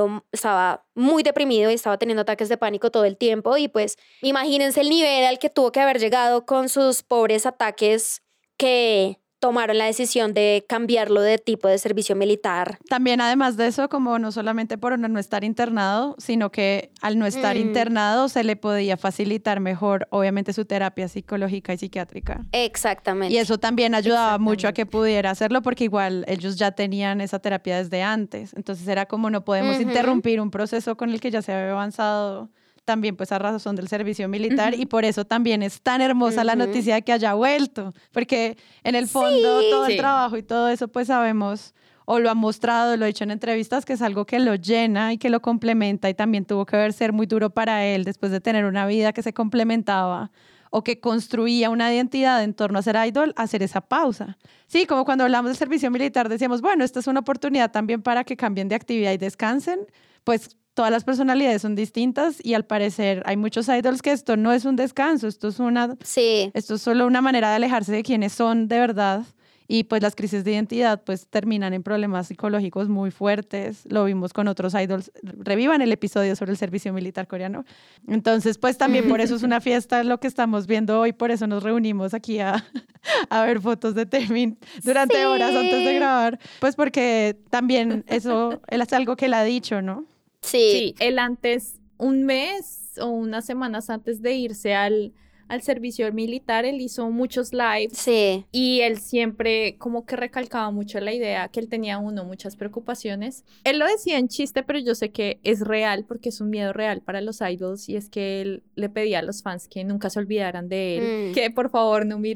Speaker 3: muy deprimido y estaba teniendo ataques de pánico todo el tiempo y pues imagínense el nivel al que tuvo que haber llegado con sus pobres ataques que tomaron la decisión de cambiarlo de tipo de servicio militar.
Speaker 1: También además de eso, como no solamente por no estar internado, sino que al no estar internado se le podía facilitar mejor, obviamente, su terapia psicológica y psiquiátrica.
Speaker 3: Exactamente.
Speaker 1: Y eso también ayudaba mucho a que pudiera hacerlo porque igual ellos ya tenían esa terapia desde antes. Entonces era como no podemos interrumpir un proceso con el que ya se había avanzado también pues a razón del servicio militar y por eso también es tan hermosa la noticia de que haya vuelto, porque en el fondo todo el trabajo y todo eso pues sabemos o lo ha mostrado, lo ha dicho en entrevistas que es algo que lo llena y que lo complementa y también tuvo que ser muy duro para él después de tener una vida que se complementaba o que construía una identidad en torno a ser idol, hacer esa pausa. Sí, como cuando hablamos del servicio militar decíamos, bueno, esta es una oportunidad también para que cambien de actividad y descansen, pues todas las personalidades son distintas y al parecer hay muchos idols que esto no es un descanso, esto es solo una manera de alejarse de quienes son de verdad y pues las crisis de identidad pues terminan en problemas psicológicos muy fuertes, lo vimos con otros idols, revivan el episodio sobre el servicio militar coreano, entonces pues también por eso es una fiesta lo que estamos viendo hoy, por eso nos reunimos aquí a ver fotos de Taemin durante horas antes de grabar, pues porque también eso es algo que él ha dicho, ¿no?
Speaker 2: Sí, él antes, un mes o unas semanas antes de irse al servicio militar, él hizo muchos lives.
Speaker 3: Sí.
Speaker 2: Y él siempre como que recalcaba mucho la idea que él tenía muchas preocupaciones. Él lo decía en chiste, pero yo sé que es real porque es un miedo real para los idols y es que él le pedía a los fans que nunca se olvidaran de él, que por favor no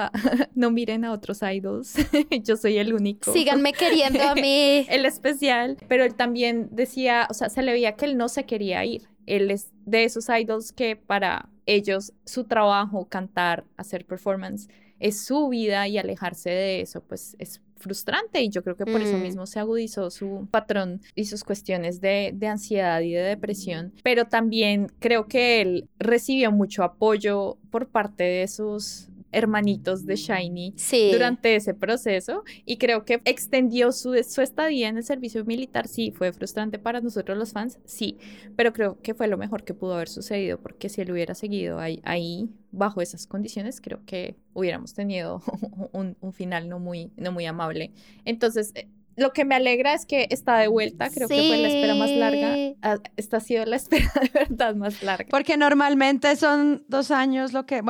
Speaker 2: miren a otros idols. Yo soy el único.
Speaker 3: Síganme queriendo a mí.
Speaker 2: El especial. Pero él también decía, o sea, se le veía que él no se quería ir. Él es de esos idols que para ellos su trabajo, cantar, hacer performance, es su vida y alejarse de eso, pues es frustrante y yo creo que por eso mismo se agudizó su patrón y sus cuestiones de ansiedad y de depresión. Pero también creo que él recibió mucho apoyo por parte de sus hermanitos de SHINee
Speaker 3: Sí.
Speaker 2: durante ese proceso, y creo que extendió su estadía en el servicio militar. Sí, fue frustrante para nosotros los fans, sí, pero creo que fue lo mejor que pudo haber sucedido, porque si él hubiera seguido ahí bajo esas condiciones, creo que hubiéramos tenido un final no muy amable. Entonces, lo que me alegra es que está de vuelta. Creo que fue la espera más larga. Esta ha sido la espera de verdad más larga.
Speaker 1: Porque normalmente son 2 años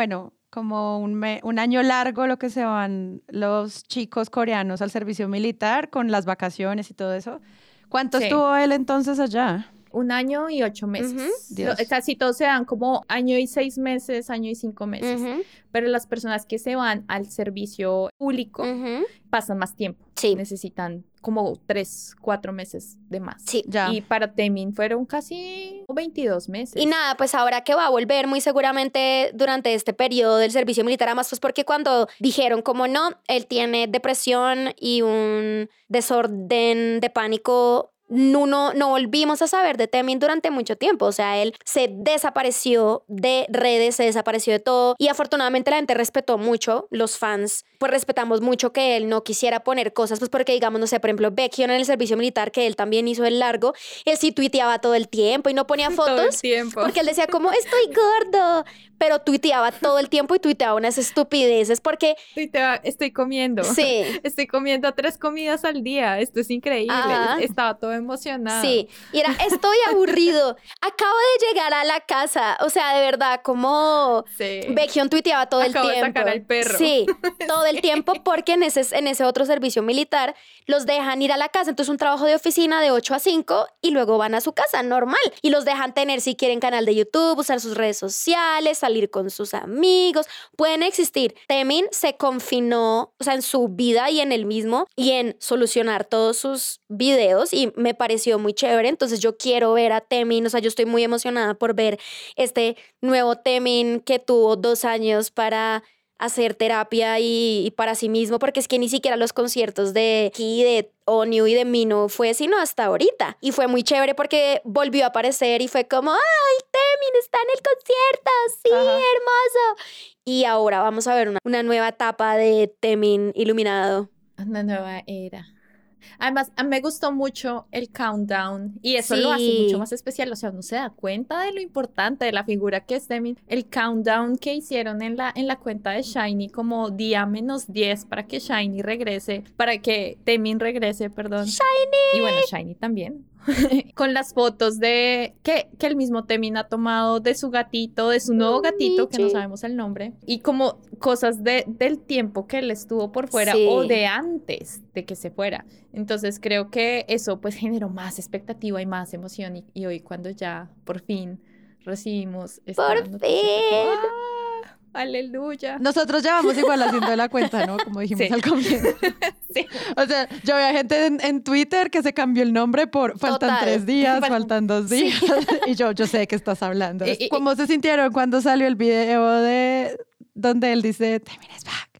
Speaker 1: como un año largo lo que se van los chicos coreanos al servicio militar con las vacaciones y todo eso. ¿Cuánto estuvo él entonces allá?
Speaker 2: 1 año y 8 meses.
Speaker 1: Dios.
Speaker 2: Casi todos se dan como 1 año y 6 meses, 1 año y 5 meses. Pero las personas que se van al servicio público pasan más tiempo.
Speaker 3: Sí.
Speaker 2: Necesitan como 3, 4 meses de más.
Speaker 3: Sí.
Speaker 1: Ya.
Speaker 2: Y para Taemin fueron casi 22 meses.
Speaker 3: Y nada, pues ahora que va a volver muy seguramente durante este periodo del servicio militar, además pues porque cuando dijeron como no, él tiene depresión y un desorden de pánico, no volvimos a saber de Taemin durante mucho tiempo. O sea, él se desapareció de redes, se desapareció de todo, y afortunadamente la gente respetó mucho, los fans pues respetamos mucho que él no quisiera poner cosas, pues porque digamos, no sé, por ejemplo, Baekhyun en el servicio militar, que él también hizo el largo, él sí tuiteaba todo el tiempo y no ponía fotos
Speaker 2: todo el tiempo,
Speaker 3: porque él decía como estoy gordo, pero tuiteaba todo el tiempo y tuiteaba unas estupideces porque
Speaker 2: estoy comiendo.
Speaker 3: Sí.
Speaker 2: Estoy comiendo 3 comidas al día. Esto es increíble.
Speaker 3: Ajá.
Speaker 2: Estaba todo emocionado.
Speaker 3: Sí, y era, estoy aburrido, acabo de llegar a la casa, o sea, de verdad, como
Speaker 2: Sí.
Speaker 3: Baekhyun tuiteaba todo
Speaker 2: Acabo
Speaker 3: el
Speaker 2: de
Speaker 3: tiempo.
Speaker 2: sacar al perro.
Speaker 3: Sí, todo el tiempo, porque en ese otro servicio militar los dejan ir a la casa, entonces un trabajo de oficina de 8 a 5 y luego van a su casa, normal, y los dejan tener, si quieren, canal de YouTube, usar sus redes sociales, salir con sus amigos, pueden existir. Taemin se confinó, o sea, en su vida y en él mismo y en solucionar todos sus videos, y me pareció muy chévere. Entonces yo quiero ver a Taemin, o sea, yo estoy muy emocionada por ver este nuevo Taemin que tuvo 2 años para hacer terapia y para sí mismo, porque es que ni siquiera los conciertos de Key, de Onyu y de Mino fue sino hasta ahorita, y fue muy chévere porque volvió a aparecer y fue como ¡ay, Taemin está en el concierto! ¡Sí,
Speaker 1: Ajá.
Speaker 3: hermoso! Y ahora vamos a ver una nueva etapa de Taemin iluminado.
Speaker 2: Una nueva era. Además, me gustó mucho el countdown, y eso
Speaker 3: Sí.
Speaker 2: lo hace mucho más especial. O sea, uno se da cuenta de lo importante de la figura que es Taemin. El countdown que hicieron en la cuenta de SHINee, como día -10 para que SHINee regrese, para que Taemin regrese, perdón. Y bueno, SHINee también. Con las fotos de que el mismo Taemin ha tomado de su gatito, de su nuevo gatito, que no sabemos el nombre, y como cosas del tiempo que él estuvo por fuera,
Speaker 3: Sí.
Speaker 2: o de antes de que se fuera. Entonces creo que eso pues generó más expectativa y más emoción, y hoy cuando ya por fin recibimos esta
Speaker 3: ¡Por
Speaker 2: noticia, fue como,
Speaker 3: fin!
Speaker 2: ¡ah! ¡Aleluya!
Speaker 1: Nosotros llevamos igual haciendo la cuenta, ¿no? Como dijimos
Speaker 2: Sí.
Speaker 1: al comienzo.
Speaker 2: Sí.
Speaker 1: O sea, yo veía gente en Twitter que se cambió el nombre por faltan
Speaker 3: Total.
Speaker 1: 3 días,
Speaker 2: Faltan-
Speaker 1: faltan 2 días. Y yo sé de qué estás hablando.
Speaker 2: Y-
Speaker 1: ¿Cómo se sintieron cuando salió el video de donde él dice, Taemin is back?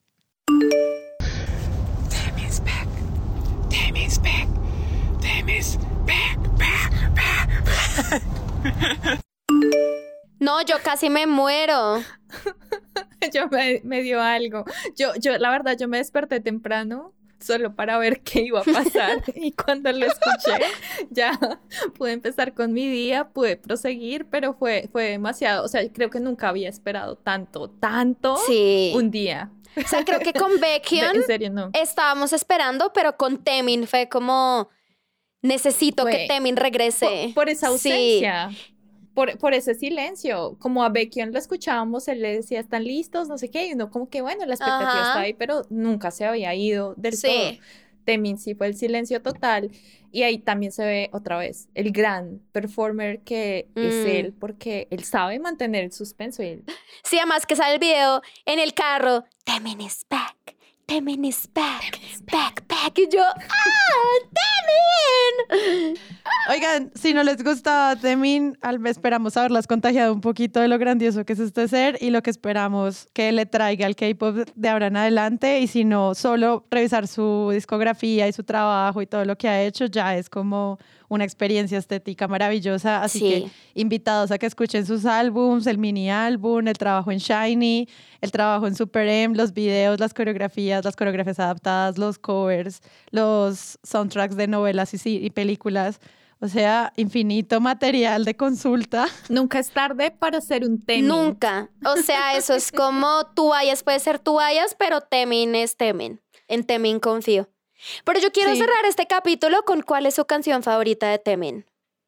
Speaker 5: Taemin's back. Taemin's back. Taemin's back, back, back, back.
Speaker 3: No, yo casi me muero.
Speaker 2: Yo me dio algo. Yo, la verdad, yo me desperté temprano solo para ver qué iba a pasar. Y cuando lo escuché, ya pude empezar con mi día, pude proseguir, pero fue demasiado. O sea, creo que nunca había esperado tanto
Speaker 3: Sí.
Speaker 2: un día.
Speaker 3: O sea, creo que con Baekhyun
Speaker 2: En serio, no.
Speaker 3: estábamos esperando, pero con Taemin fue como necesito
Speaker 2: Fue-
Speaker 3: que Taemin regrese.
Speaker 2: Por esa
Speaker 3: Sí.
Speaker 2: ausencia. Por ese silencio. Como a Baekhyun lo escuchábamos, él le decía, ¿están listos? No sé qué. Y uno como que, bueno, la expectativa
Speaker 3: Ajá.
Speaker 2: está ahí, pero nunca se había ido del
Speaker 3: Sí.
Speaker 2: todo. Taemin sí fue el silencio total. Y ahí también se ve otra vez el gran performer que es él, porque él sabe mantener el suspenso. Y él,
Speaker 3: Sí, además que sale el video en el carro. Taemin is back. Taemin is back. Back, back. Y yo, ¡ah, Taemin!
Speaker 1: Oigan, si no les gustaba Temin, esperamos haberlas contagiado un poquito de lo grandioso que es este ser y lo que esperamos que le traiga al K-pop de ahora en adelante. Y si no, solo revisar su discografía y su trabajo y todo lo que ha hecho ya es como una experiencia estética maravillosa. Así que invitados a que escuchen sus álbums, el mini álbum, el trabajo en SHINee, el trabajo en Super M, los videos, las coreografías adaptadas, los covers, los soundtracks de novelas y películas. O sea, infinito material de consulta.
Speaker 2: Nunca es tarde para hacer un Temin.
Speaker 3: Nunca. O sea, eso es como tú vayas, puede ser tú vayas, pero Temin es Temin. En Temin confío. Pero yo quiero cerrar este capítulo con cuál es su canción favorita de Temin.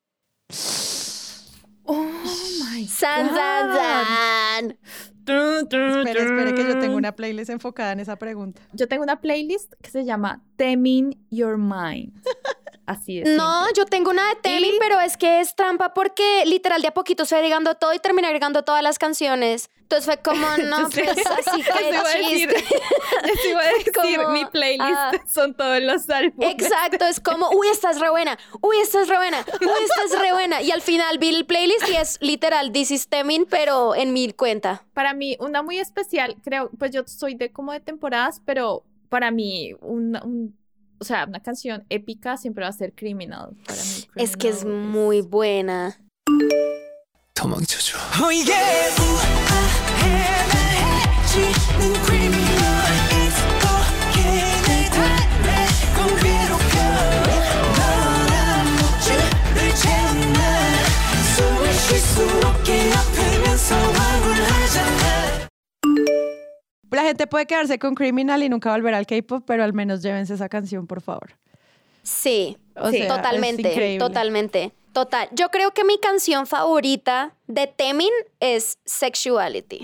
Speaker 2: Oh my
Speaker 3: San,
Speaker 2: God.
Speaker 3: san, san.
Speaker 1: Espere, que yo tengo una playlist enfocada en esa pregunta.
Speaker 2: Yo tengo una playlist que se llama Temin Your Mind. Así es.
Speaker 3: No, yo tengo una de Temin, pero es que es trampa porque literal de a poquito se va agregando todo y termina agregando todas las canciones. Entonces fue como, no, pues así que chiste.
Speaker 2: Eso iba a decir,
Speaker 3: Como,
Speaker 2: mi playlist son todos los álbumes.
Speaker 3: Exacto, es como, uy, esta es re buena, uy, esta es re buena, uy, esta es re buena. Y al final vi el playlist y es literal This is Temin, pero en mi cuenta.
Speaker 2: Para mí, una muy especial, creo, pues yo soy de como de temporadas, pero para mí, o sea, una canción épica siempre va a ser Criminal. Para mí,
Speaker 3: Es que es
Speaker 2: Criminal
Speaker 3: muy buena.
Speaker 5: 도망쳐줘. Oh yeah. 해지는 criminal. It's okay. 내 달래 공비로겨. 너란 목줄을 채웠나. 숨을 쉴 수 없게 아프면서 황홀하잖아.
Speaker 1: La gente puede quedarse con Criminal y nunca volver al K-pop, pero al menos llévense esa canción, por favor.
Speaker 3: Sí,
Speaker 1: O sea, es
Speaker 3: totalmente,
Speaker 1: increíble.
Speaker 3: totalmente. Total. Yo creo que mi canción favorita de Temin es Sexuality.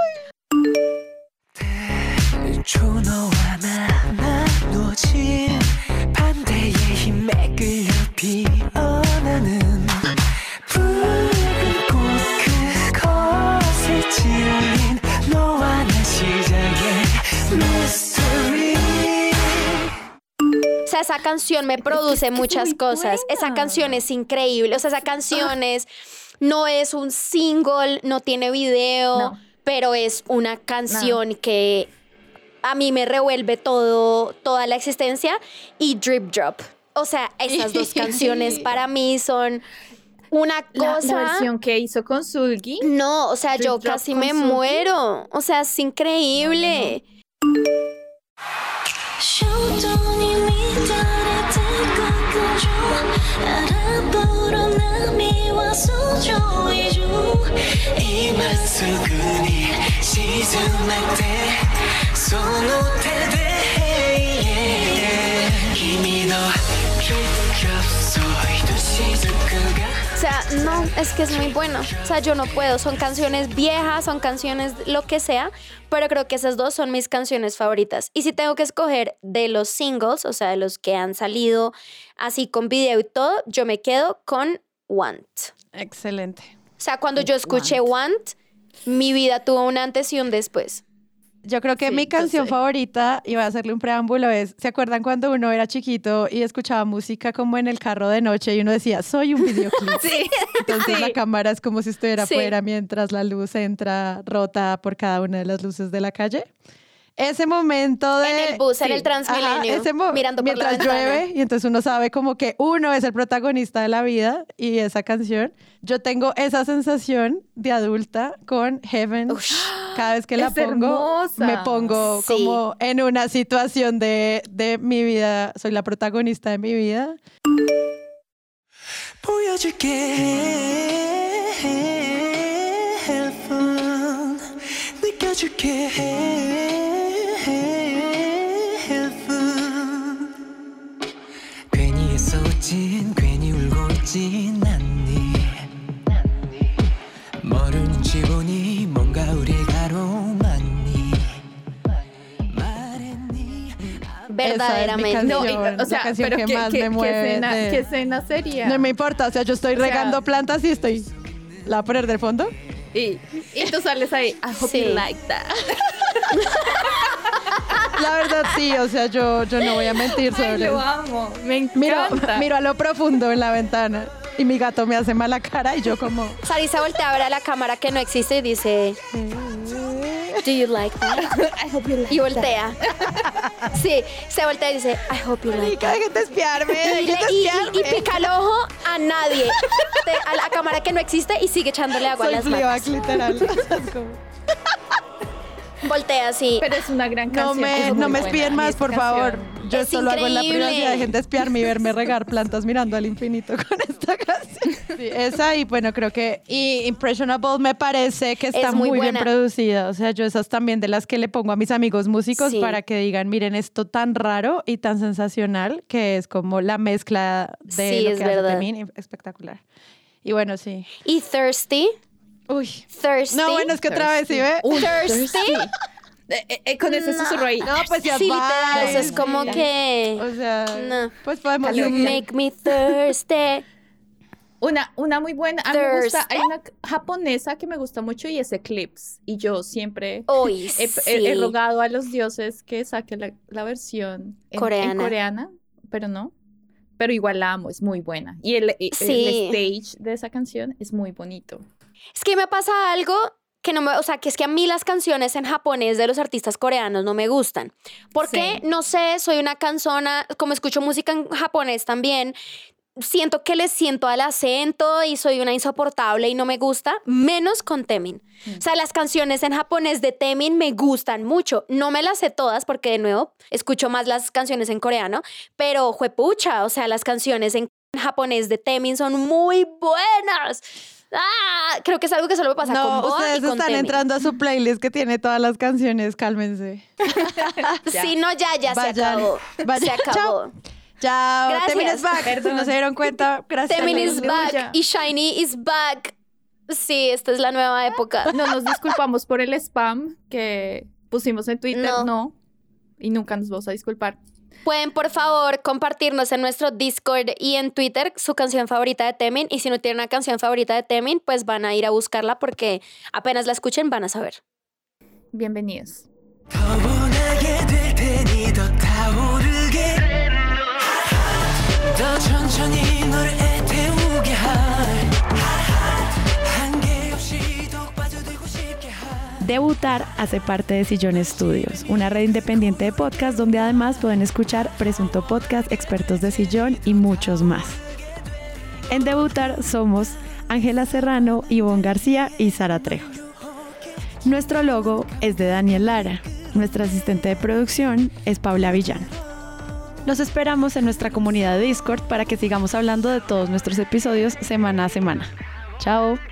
Speaker 5: 너와 나 나눠진 반대의 힘에 끌려 피어나는 붉은 꽃 그것을 찔린 너와 나 시작의 mystery.
Speaker 3: O sea, esa canción me produce muchas
Speaker 2: muy
Speaker 3: cosas.
Speaker 2: buena.
Speaker 3: Esa canción es increíble. O sea, esa canción no es un single, no tiene video,
Speaker 2: No.
Speaker 3: pero es una canción que a mí me revuelve toda la existencia. Y Drip Drop. O sea, esas dos canciones para mí son una
Speaker 2: La
Speaker 3: cosa.
Speaker 2: versión que hizo con Sulgi.
Speaker 3: No, o sea,
Speaker 2: Drip
Speaker 3: yo
Speaker 2: Drop
Speaker 3: casi
Speaker 2: con
Speaker 3: me
Speaker 2: Suki.
Speaker 3: muero. O sea, es increíble.
Speaker 6: 쇼돈이 밑아래 닦아줘 알아보러 남이 와서 조이죠
Speaker 5: 이만 수근이 시즌할 때 손옷에 대해 이미 너 필요없어 이도 시작가
Speaker 3: O sea, no, es que es muy bueno. O sea, yo no puedo. Son canciones viejas, son canciones lo que sea, pero creo que esas dos son mis canciones favoritas. Y si tengo que escoger de los singles, o sea, de los que han salido así con video y todo, yo me quedo con Want.
Speaker 1: Excelente.
Speaker 3: O sea, cuando yo escuché Want, mi vida tuvo un antes y un después.
Speaker 1: Yo creo que
Speaker 2: Sí,
Speaker 1: mi
Speaker 2: yo
Speaker 1: canción
Speaker 2: sé.
Speaker 1: favorita, y voy a hacerle un preámbulo, es, ¿se acuerdan cuando uno era chiquito y escuchaba música como en el carro de noche y uno decía, soy un videoclip?
Speaker 2: Sí.
Speaker 1: Entonces la cámara es como si estuviera
Speaker 3: Sí.
Speaker 1: afuera mientras la luz entra rota por cada una de las luces de la calle. Ese momento de...
Speaker 3: En el bus, en el Transmilenio, mirando por la
Speaker 1: mientras
Speaker 3: ventana.
Speaker 1: llueve, y entonces uno sabe como que uno es el protagonista de la vida y esa canción. Yo tengo esa sensación de adulta con Heaven. Cada vez que la
Speaker 2: Es
Speaker 1: pongo,
Speaker 2: hermosa.
Speaker 1: me pongo
Speaker 3: Sí.
Speaker 1: como en una situación de mi vida. Soy la protagonista de mi vida.
Speaker 5: 보여줄게 heaven 느껴줄게 heaven 괜히 애써진 괜히 울고 있진 않니 모르는지 보니 뭔가 우릴 가로막니 말했니
Speaker 3: Verdaderamente.
Speaker 1: Esa es mi
Speaker 2: No,
Speaker 1: canción,
Speaker 2: o sea,
Speaker 1: la canción
Speaker 2: pero
Speaker 1: que más me mueve de-
Speaker 2: ¿qué escena sería?
Speaker 1: No me importa, o sea, yo estoy
Speaker 2: O sea-
Speaker 1: regando plantas y estoy... ¿La voy a poner del fondo?
Speaker 2: Y tú sales ahí, I hope
Speaker 3: Sí.
Speaker 2: you like that.
Speaker 1: La verdad sí, o sea, yo no voy a mentir sobre
Speaker 2: Lo
Speaker 1: eso.
Speaker 2: amo, me
Speaker 1: Miro
Speaker 2: encanta.
Speaker 1: a lo profundo en la ventana y mi gato me hace mala cara y yo como...
Speaker 3: Sarisa voltea a ver a la cámara que no existe y dice, "Do you like that?"
Speaker 2: I hope you like
Speaker 3: Y voltea. Sí, se voltea y dice, "I hope you like
Speaker 1: Marica,
Speaker 3: that."
Speaker 1: dejen de espiarme, dejen de
Speaker 3: Y
Speaker 1: espiarme.
Speaker 3: pica el ojo a nadie. A la cámara que no existe y sigue echándole agua
Speaker 1: Soy
Speaker 3: a las manos.
Speaker 1: Fleabag, literal. Es como-
Speaker 3: Voltea así.
Speaker 2: Pero es una gran
Speaker 1: No
Speaker 2: canción. es muy
Speaker 1: no me
Speaker 2: buena.
Speaker 1: espíen
Speaker 2: Y
Speaker 1: más,
Speaker 2: esta
Speaker 1: por favor.
Speaker 2: canción-
Speaker 1: Yo
Speaker 3: es
Speaker 1: solo hago en la
Speaker 3: increíble.
Speaker 1: privacidad. Dejen de espiarme y verme regar plantas mirando al infinito con esta canción. Sí, esa y bueno, creo que y Impressionable me parece que está
Speaker 3: Es muy
Speaker 1: muy bien
Speaker 3: buena.
Speaker 1: producida. O sea, yo esas también de las que le pongo a mis amigos músicos
Speaker 3: Sí.
Speaker 1: para que digan, miren, esto tan raro y tan sensacional que es como la mezcla de
Speaker 3: Sí,
Speaker 1: lo
Speaker 3: es
Speaker 1: que hace
Speaker 3: verdad.
Speaker 1: Temin, espectacular. Y bueno, sí.
Speaker 3: Y Thirsty.
Speaker 1: Uy.
Speaker 3: Thirsty.
Speaker 1: No, bueno, es que otra vez, ¿sí ve?
Speaker 3: Thirsty.
Speaker 2: Con ese susurro ahí.
Speaker 1: No, pues ya
Speaker 3: Sí,
Speaker 1: va.
Speaker 3: literal, eso es
Speaker 2: Sí.
Speaker 3: como que...
Speaker 1: O sea,
Speaker 3: No.
Speaker 1: pues podemos
Speaker 3: You
Speaker 1: seguir.
Speaker 3: make me thirsty.
Speaker 2: Una muy buena. A mí me gusta.
Speaker 3: Thirsty.
Speaker 2: Hay una japonesa que me gusta mucho y es Eclipse. Y yo siempre
Speaker 3: Uy,
Speaker 2: he
Speaker 3: sí.
Speaker 2: rogado a los dioses que saquen la versión en coreana, pero no. Pero igual la amo, es muy buena. Y el
Speaker 3: Sí.
Speaker 2: stage de esa canción es muy bonito.
Speaker 3: Es que me pasa algo que no me, o sea, que es que a mí las canciones en japonés de los artistas coreanos no me gustan. Porque,
Speaker 2: Sí.
Speaker 3: no sé, soy una cansona, como escucho música en japonés también, siento que les siento al acento y soy una insoportable y no me gusta, menos con Temin. O sea, las canciones en japonés de Temin me gustan mucho. No me las sé todas porque, de nuevo, escucho más las canciones en coreano, pero juepucha, o sea, las canciones en japonés de Temin son muy buenas. Creo que es algo que solo me pasa con
Speaker 1: No,
Speaker 3: Boa y
Speaker 1: ustedes
Speaker 3: con
Speaker 1: están
Speaker 3: Temin.
Speaker 1: entrando a su playlist que tiene todas las canciones, cálmense.
Speaker 3: Sí, no, ya se
Speaker 1: Vayan,
Speaker 3: acabó.
Speaker 1: vayan.
Speaker 3: Se acabó.
Speaker 1: Chao,
Speaker 3: Gracias.
Speaker 1: Temin is back.
Speaker 2: Perdón.
Speaker 1: ¿No se dieron cuenta? Gracias.
Speaker 3: Temin is
Speaker 2: Aleluya.
Speaker 3: back y Shiny is back. Sí, esta es la nueva época.
Speaker 2: No nos disculpamos por el spam que pusimos en Twitter,
Speaker 3: No.
Speaker 2: no. Y nunca nos vamos a disculpar.
Speaker 3: Pueden, por favor, compartirnos en nuestro Discord y en Twitter su canción favorita de Temin. Y si no tienen una canción favorita de Temin, pues van a ir a buscarla porque apenas la escuchen van a saber.
Speaker 2: Bienvenidos.
Speaker 5: 타원하게 될 테니 더 타오르게 더 천천히 널 애태우게 할 한계 없이 더욱 빠져들고 싶게 할
Speaker 7: Debutar hace parte de Sillón Studios, una red independiente de podcast donde además pueden escuchar Presunto Podcast, Expertos de Sillón y muchos más. En Debutar somos Ángela Serrano, Ivonne García y Sara Trejos. Nuestro logo es de Daniel Lara. Nuestra asistente de producción es Paula Villano. Los esperamos en nuestra comunidad de Discord para que sigamos hablando de todos nuestros episodios semana a semana. Chao.